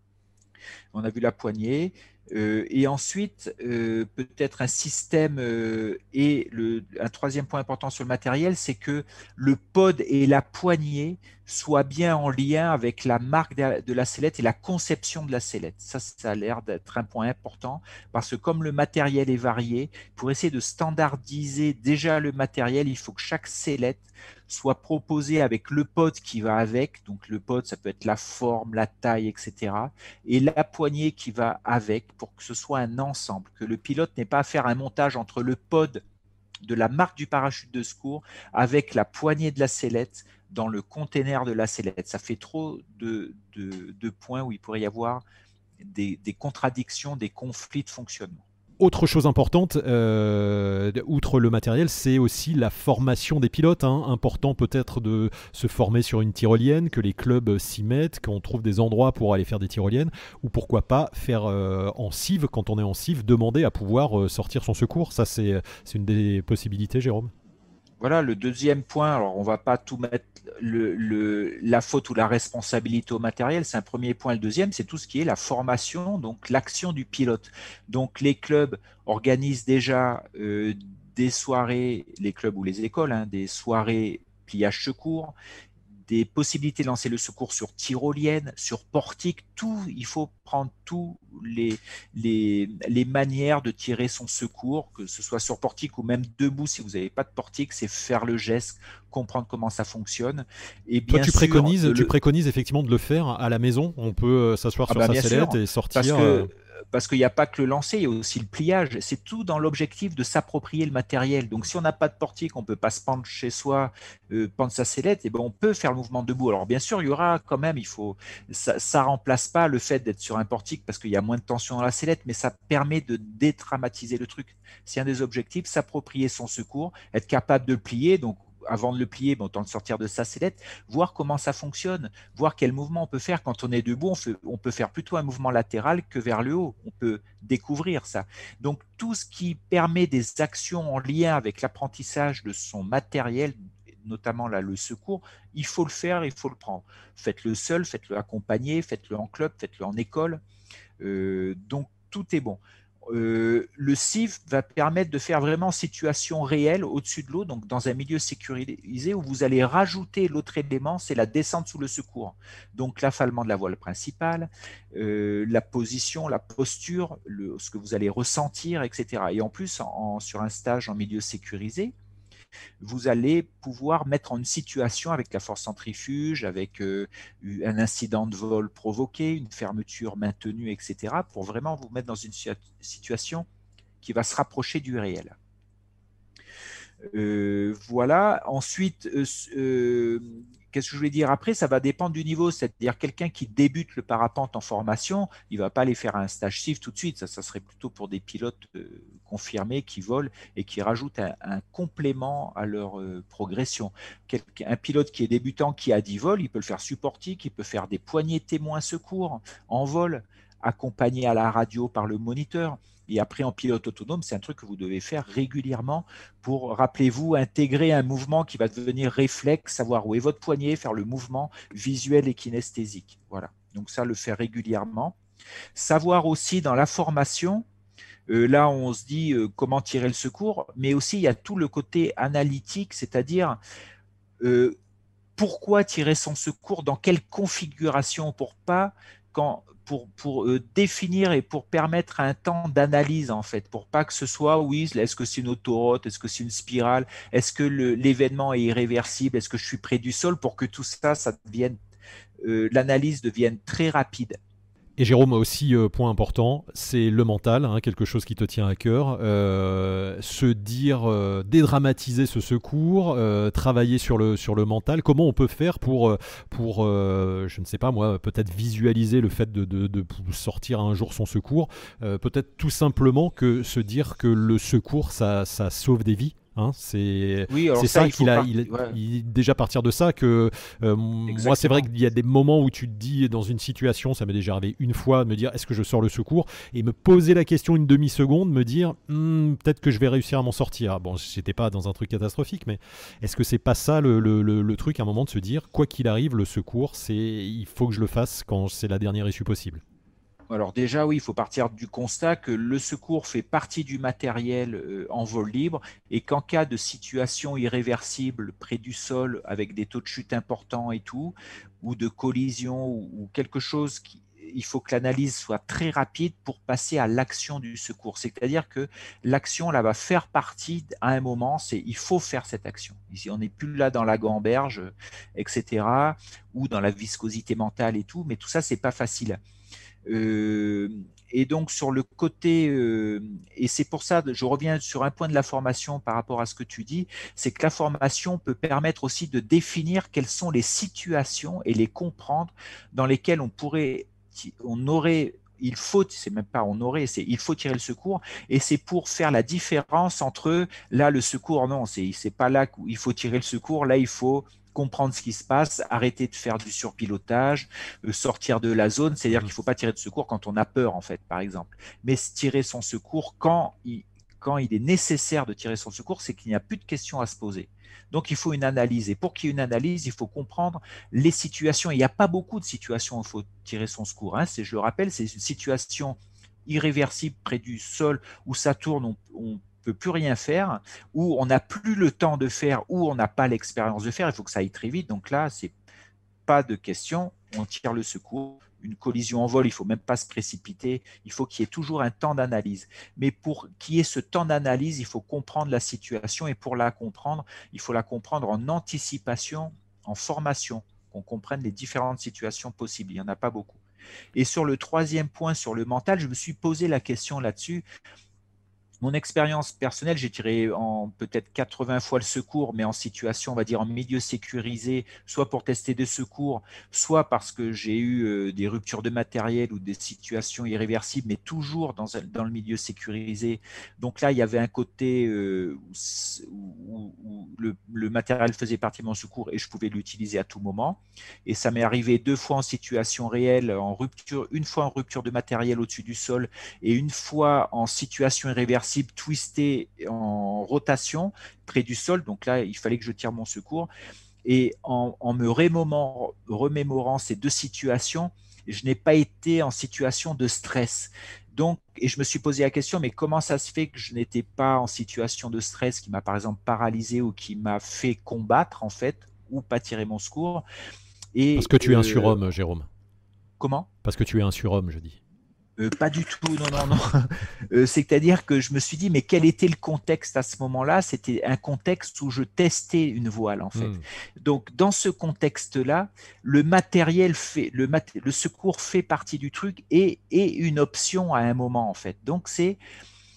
On a vu la poignée. Et ensuite, peut-être un système et un troisième point important sur le matériel, c'est que le pod et la poignée soient bien en lien avec la marque de la sellette et la conception de la sellette. Ça a l'air d'être un point important parce que comme le matériel est varié, pour essayer de standardiser déjà le matériel, il faut que chaque sellette soit proposée avec le pod qui va avec. Donc le pod, ça peut être la forme, la taille, etc. Et la poignée qui va avec pour que ce soit un ensemble, que le pilote n'ait pas à faire un montage entre le pod de la marque du parachute de secours avec la poignée de la sellette dans le container de la sellette. Ça fait trop de points où il pourrait y avoir des contradictions, des conflits de fonctionnement. Autre chose importante, outre le matériel, c'est aussi la formation des pilotes. Hein. Important peut-être de se former sur une tyrolienne, que les clubs s'y mettent, qu'on trouve des endroits pour aller faire des tyroliennes, ou pourquoi pas faire en civ, quand on est en civ, demander à pouvoir sortir son secours. Ça, c'est une des possibilités, Jérôme. Voilà, le deuxième point, alors on va pas tout mettre la faute ou la responsabilité au matériel, c'est un premier point. Le deuxième, c'est tout ce qui est la formation, donc l'action du pilote. Donc les clubs organisent déjà des soirées, les clubs ou les écoles, hein, des soirées pliage secours, des possibilités de lancer le secours sur tyrolienne, sur portique, tout, il faut prendre tous les manières de tirer son secours, que ce soit sur portique ou même debout si vous n'avez pas de portique, c'est faire le geste, comprendre comment ça fonctionne. Et Toi, bien sûr, tu préconises effectivement de le faire à la maison. On peut s'asseoir ah sur ben sa bien sellette sûr, et parce sortir. que parce qu'il n'y a pas que le lancer, il y a aussi le pliage. C'est tout dans l'objectif de s'approprier le matériel. Donc, si on n'a pas de portique, on ne peut pas se pendre chez soi, pendre sa sellette, et ben on peut faire le mouvement debout. Alors, bien sûr, il y aura quand même, ça remplace pas le fait d'être sur un portique parce qu'il y a moins de tension dans la sellette, mais ça permet de dédramatiser le truc. C'est un des objectifs, s'approprier son secours, être capable de le plier. Donc, avant de le plier, ben, autant le sortir de sa sellette, voir comment ça fonctionne, voir quel mouvement on peut faire. Quand on est debout, on peut faire plutôt un mouvement latéral que vers le haut. On peut découvrir ça. Donc tout ce qui permet des actions en lien avec l'apprentissage de son matériel, notamment là, le secours, il faut le faire, il faut le prendre. Faites-le seul, faites-le accompagné, faites-le en club, faites-le en école. Donc tout est bon. Le CIF va permettre de faire vraiment situation réelle au-dessus de l'eau, donc dans un milieu sécurisé où vous allez rajouter l'autre élément, c'est la descente sous le secours. Donc l'affalement de la voile principale, la position, la posture, ce que vous allez ressentir, etc. Et en plus, sur un stage en milieu sécurisé, vous allez pouvoir mettre en une situation avec la force centrifuge, avec un incident de vol provoqué, une fermeture maintenue, etc., pour vraiment vous mettre dans une situation qui va se rapprocher du réel. Voilà. Ensuite, qu'est-ce que je voulais dire après? Ça va dépendre du niveau. C'est-à-dire quelqu'un qui débute le parapente en formation, il ne va pas aller faire un stage CIF tout de suite. Ça serait plutôt pour des pilotes confirmés qui volent et qui rajoutent un complément à leur progression. Un pilote qui est débutant, qui a 10 vols, il peut le faire supportique, il peut faire des poignées témoins secours en vol, accompagné à la radio par le moniteur. Et après, en pilote autonome, c'est un truc que vous devez faire régulièrement pour, rappelez-vous, intégrer un mouvement qui va devenir réflexe, savoir où est votre poignet, faire le mouvement visuel et kinesthésique. Voilà. Donc ça, le faire régulièrement. Savoir aussi dans la formation, là, on se dit comment tirer le secours, mais aussi il y a tout le côté analytique, c'est-à-dire pourquoi tirer son secours, dans quelle configuration, pour définir et pour permettre un temps d'analyse, en fait, pour pas que ce soit, oui, est-ce que c'est une autoroute, est-ce que c'est une spirale, est-ce que l'événement est irréversible, est-ce que je suis près du sol, pour que tout ça, l'analyse devienne très rapide. Et Jérôme, aussi, point important, c'est le mental, hein, quelque chose qui te tient à cœur. Se dire, dédramatiser ce secours, travailler sur le mental. Comment on peut faire pour je ne sais pas moi, peut-être visualiser le fait de sortir un jour son secours. Peut-être tout simplement que se dire que le secours, ça sauve des vies. Hein, c'est ça déjà partir de ça que moi c'est vrai qu'il y a des moments où tu te dis dans une situation, ça m'est déjà arrivé une fois, de me dire est-ce que je sors le secours et me poser la question une demi-seconde, me dire peut-être que je vais réussir à m'en sortir. Bon, j'étais pas dans un truc catastrophique, mais est-ce que c'est pas ça le truc à un moment de se dire quoi qu'il arrive, le secours, il faut que je le fasse quand c'est la dernière issue possible? Alors déjà, oui, il faut partir du constat que le secours fait partie du matériel en vol libre et qu'en cas de situation irréversible près du sol avec des taux de chute importants et tout, ou de collision ou quelque chose il faut que l'analyse soit très rapide pour passer à l'action du secours. C'est-à-dire que l'action là va faire partie à un moment, il faut faire cette action. Ici, on n'est plus là dans la gamberge, etc., ou dans la viscosité mentale et tout, mais tout ça, c'est pas facile. Et donc sur le côté, et c'est pour ça, je reviens sur un point de la formation par rapport à ce que tu dis, c'est que la formation peut permettre aussi de définir quelles sont les situations et les comprendre dans lesquelles il faut tirer le secours, et c'est pour faire la différence entre là le secours, non, c'est pas là qu'il faut tirer le secours, là il faut comprendre ce qui se passe, arrêter de faire du surpilotage, sortir de la zone, c'est-à-dire qu'il ne faut pas tirer de secours quand on a peur, en fait, par exemple. Mais tirer son secours quand il est nécessaire de tirer son secours, c'est qu'il n'y a plus de questions à se poser. Donc, il faut une analyse. Et pour qu'il y ait une analyse, il faut comprendre les situations. Il n'y a pas beaucoup de situations où il faut tirer son secours. Hein. Je le rappelle, c'est une situation irréversible près du sol où ça tourne, on peut plus rien faire, où on n'a plus le temps de faire, où on n'a pas l'expérience de faire, il faut que ça aille très vite. Donc là, c'est pas de question, on tire le secours. Une collision en vol, il ne faut même pas se précipiter, il faut qu'il y ait toujours un temps d'analyse. Mais pour qu'il y ait ce temps d'analyse, il faut comprendre la situation, et pour la comprendre, il faut la comprendre en anticipation, en formation, qu'on comprenne les différentes situations possibles. Il n'y en a pas beaucoup. Et sur le troisième point, sur le mental, je me suis posé la question là-dessus. Mon expérience personnelle, j'ai tiré en peut-être 80 fois le secours, mais en situation, on va dire, en milieu sécurisé, soit pour tester des secours, soit parce que j'ai eu des ruptures de matériel ou des situations irréversibles, mais toujours dans le milieu sécurisé. Donc là, il y avait un côté où le matériel faisait partie de mon secours et je pouvais l'utiliser à tout moment. Et ça m'est arrivé 2 fois en situation réelle, une fois en rupture de matériel au-dessus du sol et une fois en situation irréversible, twisté en rotation près du sol. Donc là, il fallait que je tire mon secours. Et en me remémorant ces 2 situations, je n'ai pas été en situation de stress. Donc, et je me suis posé la question, mais comment ça se fait que je n'étais pas en situation de stress qui m'a par exemple paralysé ou qui m'a fait combattre en fait, ou pas tirer mon secours? Parce que tu es un surhomme, Jérôme. Comment? Parce que tu es un surhomme, je dis. Pas du tout, non. C'est-à-dire que je me suis dit, mais quel était le contexte à ce moment-là? C'était un contexte où je testais une voile, en fait. Donc, dans ce contexte-là, le matériel le secours fait partie du truc et une option à un moment, en fait. Donc,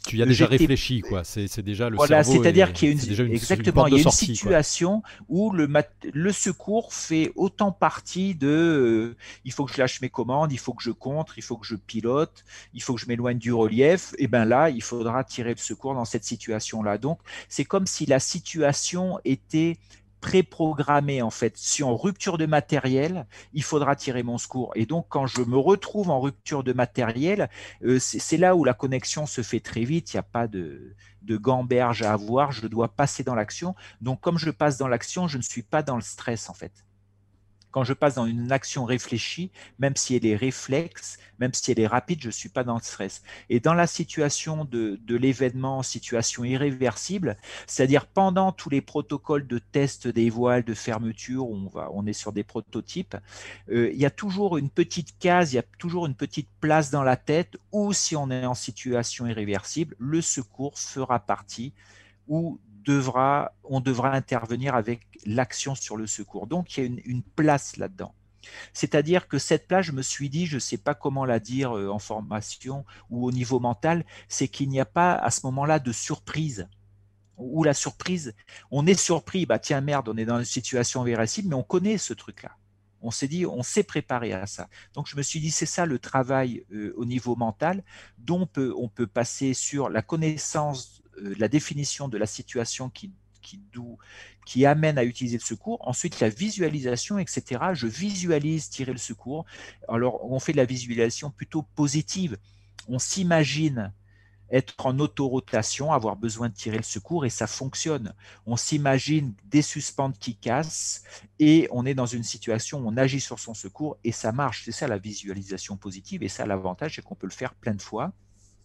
Tu y as déjà j'étais réfléchi, quoi. C'est déjà le Voilà, cerveau, c'est-à-dire qu'il y a c'est déjà une exactement, porte il y de a une sortie, quoi. situation où le secours fait autant partie de il faut que je lâche mes commandes, il faut que je contre, il faut que je pilote, il faut que je m'éloigne du relief. Et bien là, il faudra tirer le secours dans cette situation-là. Donc, c'est comme si la situation était préprogrammée en fait. Si en rupture de matériel, il faudra tirer mon secours. Et donc, quand je me retrouve en rupture de matériel, c'est là où la connexion se fait très vite. Il n'y a pas de gamberge à avoir. Je dois passer dans l'action. Donc, comme je passe dans l'action, je ne suis pas dans le stress en fait. Quand je passe dans une action réfléchie, même si elle est réflexe, même si elle est rapide, je ne suis pas dans le stress. Et dans la situation de l'événement, situation irréversible, c'est-à-dire pendant tous les protocoles de test des voiles, de fermeture, où on est sur des prototypes, il y a toujours une petite case, il y a toujours une petite place dans la tête où, si on est en situation irréversible, le secours fera partie ou on devra intervenir avec l'action sur le secours. Donc, il y a une place là-dedans. C'est-à-dire que cette place, je me suis dit, je ne sais pas comment la dire en formation ou au niveau mental, c'est qu'il n'y a pas à ce moment-là de surprise. Ou la surprise, on est surpris, bah tiens merde, on est dans une situation irréversible, mais on connaît ce truc-là. On s'est dit, on s'est préparé à ça. Donc je me suis dit, c'est ça le travail au niveau mental, dont on peut passer sur la connaissance, la définition de la situation qui amène à utiliser le secours. Ensuite, la visualisation, etc. Je visualise tirer le secours. Alors, on fait de la visualisation plutôt positive. On s'imagine être en autorotation, avoir besoin de tirer le secours et ça fonctionne. On s'imagine des suspentes qui cassent et on est dans une situation où on agit sur son secours et ça marche. C'est ça la visualisation positive et ça l'avantage c'est qu'on peut le faire plein de fois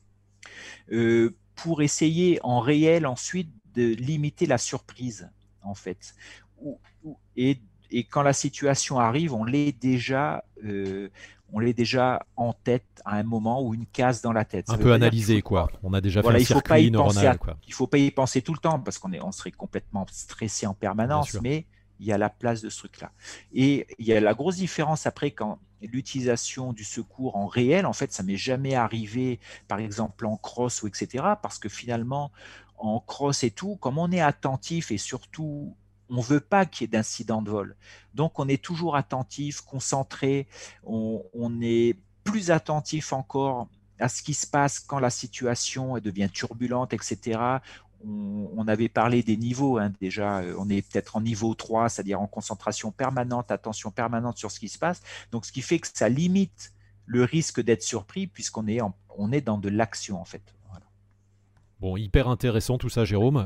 pour essayer en réel ensuite de limiter la surprise en fait. Et quand la situation arrive, on l'est déjà en tête à un moment ou une case dans la tête. Ça Un veut peu pas dire qu'il analysé, faut, quoi. On a déjà fait voilà, un circuit neuronal, quoi. il faut pas y penser tout le temps parce on serait complètement stressé en Bien permanence, sûr. mais il y a la place de ce truc-là. Et il y a la grosse différence après quand l'utilisation du secours en réel, en fait, ça m'est jamais arrivé, par exemple en cross ou etc. Parce que finalement, en cross et tout, comme on est attentif et surtout on veut pas qu'il y ait d'incident de vol. Donc on est toujours attentif, concentré, on est plus attentif encore à ce qui se passe quand la situation devient turbulente, etc. On avait parlé des niveaux, hein, déjà, on est peut-être en niveau 3, c'est-à-dire en concentration permanente, attention permanente sur ce qui se passe. Donc, ce qui fait que ça limite le risque d'être surpris puisqu'on on est dans de l'action, en fait. Voilà. Bon, hyper intéressant tout ça, Jérôme.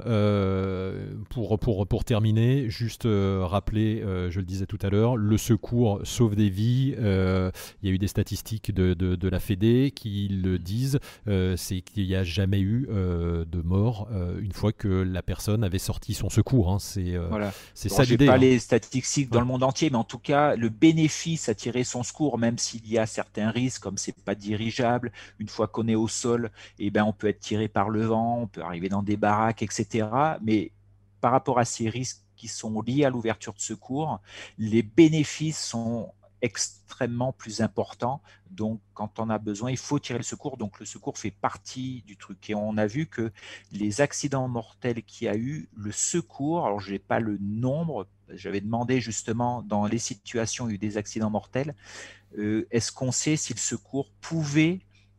Pour terminer, juste rappeler, je le disais tout à l'heure, le secours sauve des vies. Il y a eu des statistiques de la Fédé qui le disent, c'est qu'il n'y a jamais eu de mort une fois que la personne avait sorti son secours. Hein. Voilà. C'est Bon, ça je n'ai l'idée. pas Hein. les statistiques dans Ouais. le monde entier, mais en tout cas, le bénéfice à tirer son secours, même s'il y a certains risques, comme c'est pas dirigeable, une fois qu'on est au sol, eh ben, on peut être tiré par le vent, on peut arriver dans des baraques, etc. Mais par rapport à ces risques qui sont liés à l'ouverture de secours, les bénéfices sont extrêmement plus importants. Donc, quand on a besoin, il faut tirer le secours. Donc, le secours fait partie du truc. Et on a vu que les accidents mortels qu'il y a eu, le secours, alors je n'ai pas le nombre, j'avais demandé justement dans les situations où il y a eu des accidents mortels, est-ce qu'on sait si le secours pouvait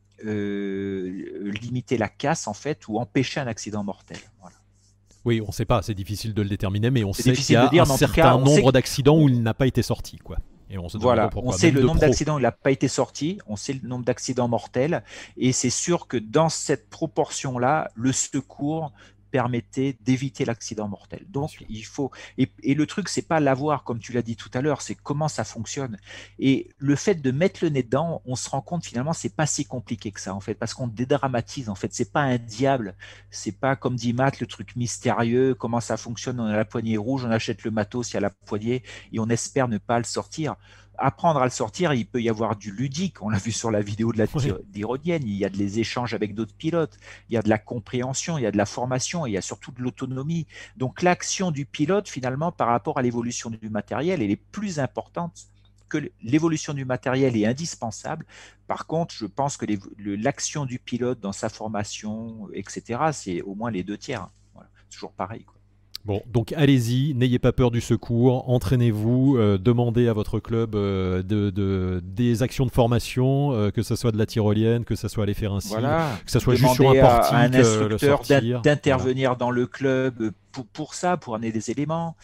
limiter la casse en fait ou empêcher un accident mortel. Voilà. Oui, on ne sait pas, c'est difficile de le déterminer, mais on C'est sait qu'il y difficile de a un dire, mais en tout cas, certain on sait nombre d'accidents où il n'a pas été sorti, quoi. Et on se demande voilà, on pourquoi, sait même le de nombre pro. d'accidents, il n'a pas été sorti, on sait le nombre d'accidents mortels, et c'est sûr que dans cette proportion-là, le secours permettait d'éviter l'accident mortel. Donc il faut et le truc c'est pas l'avoir comme tu l'as dit tout à l'heure, c'est comment ça fonctionne. Et le fait de mettre le nez dedans, on se rend compte finalement c'est pas si compliqué que ça en fait parce qu'on dédramatise en fait, c'est pas un diable, c'est pas comme dit Matt le truc mystérieux, comment ça fonctionne, on a la poignée rouge, on achète le matos, il y a la poignée et on espère ne pas le sortir. Apprendre à le sortir, il peut y avoir du ludique. On l'a vu sur la vidéo de d'Hérodienne. Il y a des échanges avec d'autres pilotes. Il y a de la compréhension, il y a de la formation, il y a surtout de l'autonomie. Donc l'action du pilote, finalement, par rapport à l'évolution du matériel, elle est plus importante que l'évolution du matériel est indispensable. Par contre, je pense que l'action du pilote dans sa formation, etc., c'est au moins les 2/3. Voilà. C'est toujours pareil, quoi. Bon, donc allez-y, n'ayez pas peur du secours, entraînez-vous, demandez à votre club des actions de formation, que ce soit de la tyrolienne, que ce soit aller faire un cycle, Voilà. que ce soit juste sur un Demander portique, à un le instructeur sortir. d'intervenir dans le club pour ça, pour amener des éléments.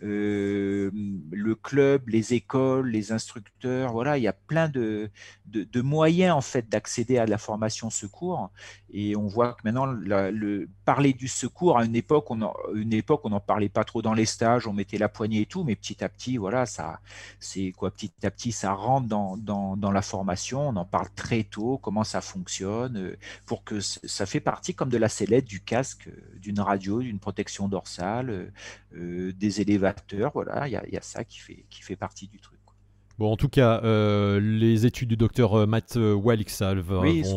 Le club, les écoles, les instructeurs, voilà, il y a plein de moyens en fait d'accéder à la formation secours. Et on voit que maintenant, parler du secours, à une époque, on n'en parlait pas trop dans les stages, on mettait la poignée et tout, mais petit à petit, voilà, petit à petit, ça rentre dans la formation, on en parle très tôt, comment ça fonctionne, pour que ça fait partie comme de la sellette, du casque, d'une radio, d'une protection dorsale, des élévateurs, voilà, il y a ça qui fait partie du truc. Bon, en tout cas, les études du docteur Matt Walixalve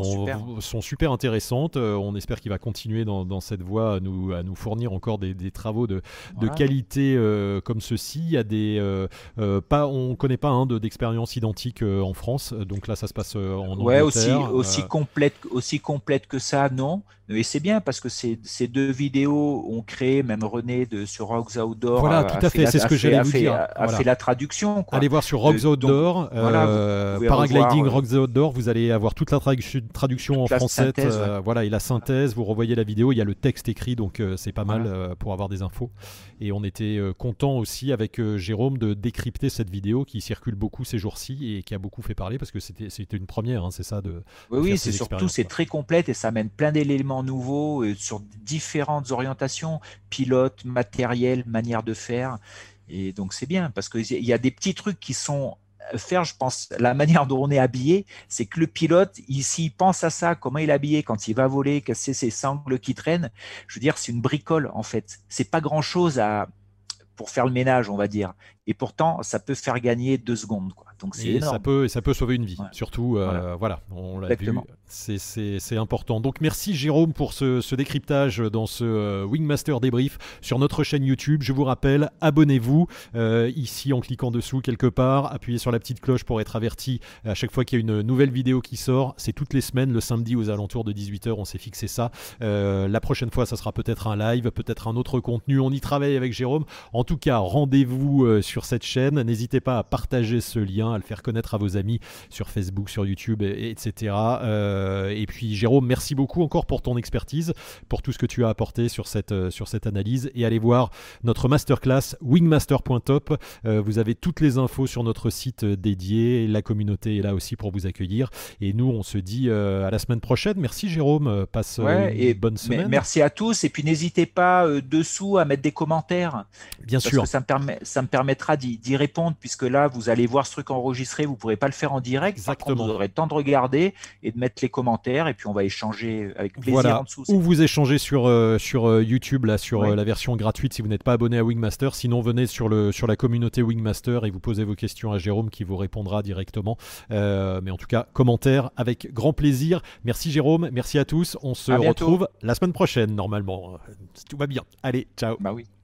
sont super intéressantes. On espère qu'il va continuer dans cette voie à nous fournir encore des travaux de qualité comme ceci. Il y a on ne connaît pas d'expérience identique en France. Donc là, ça se passe en Angleterre. Aussi complète que ça, non. Et c'est bien parce que ces 2 vidéos ont créé, même René sur Rocks Outdoor. Voilà, tout à fait, c'est ce que j'allais vous dire. A fait la traduction, quoi. Allez voir sur Rocks Outdoor, Paragliding Rocks Outdoor, vous allez avoir toute la traduction en français. Synthèse, voilà, et la synthèse, vous revoyez la vidéo, il y a le texte écrit, donc c'est pas mal pour avoir des infos. Et on était content aussi avec Jérôme de décrypter cette vidéo qui circule beaucoup ces jours-ci et qui a beaucoup fait parler parce que c'était une première, c'est ça Oui, c'est surtout, c'est très complète et ça amène plein d'éléments nouveaux sur différentes orientations, pilote, matériel, manière de faire. Et donc c'est bien parce qu'il y a des petits trucs qui sont faire, je pense, la manière dont on est habillé, c'est que le pilote, s'il pense à ça, comment il est habillé quand il va voler, que c'est ses sangles qui traînent, je veux dire, c'est une bricole en fait. C'est pas grand chose pour faire le ménage, on va dire. Et pourtant, ça peut faire gagner 2 secondes, quoi. Donc c'est énorme. Ça peut sauver une vie. Surtout, voilà, on l'a vu. C'est important. Donc merci Jérôme pour ce décryptage dans ce Wingmaster débrief sur notre chaîne YouTube. Je vous rappelle, abonnez-vous ici en cliquant dessous quelque part. Appuyez sur la petite cloche pour être averti à chaque fois qu'il y a une nouvelle vidéo qui sort. C'est toutes les semaines, le samedi aux alentours de 18h, on s'est fixé ça. La prochaine fois, ça sera peut-être un live, peut-être un autre contenu. On y travaille avec Jérôme. En tout cas, rendez-vous sur cette chaîne. N'hésitez pas à partager ce lien, à le faire connaître à vos amis sur Facebook, sur YouTube, etc. Et puis Jérôme, merci beaucoup encore pour ton expertise, pour tout ce que tu as apporté sur cette analyse. Et allez voir notre masterclass wingmaster.top. Vous avez toutes les infos sur notre site dédié. La communauté est là aussi pour vous accueillir. Et nous, on se dit à la semaine prochaine. Merci Jérôme. Passe une bonne semaine. Merci à tous. Et puis n'hésitez pas dessous à mettre des commentaires. Bien sûr. Parce que ça me permettra d'y répondre, puisque là, vous allez voir ce truc enregistré. Vous ne pourrez pas le faire en direct. Exactement. Par contre, vous aurez le temps de regarder et de mettre les commentaires. Et puis, on va échanger avec plaisir en dessous. Ou vous échangez sur YouTube, là, sur la version gratuite si vous n'êtes pas abonné à Wingmaster. Sinon, venez sur la communauté Wingmaster et vous posez vos questions à Jérôme qui vous répondra directement. Mais en tout cas, commentaires avec grand plaisir. Merci Jérôme, merci à tous. On se retrouve la semaine prochaine, normalement. Tout va bien. Allez, ciao. Bah oui.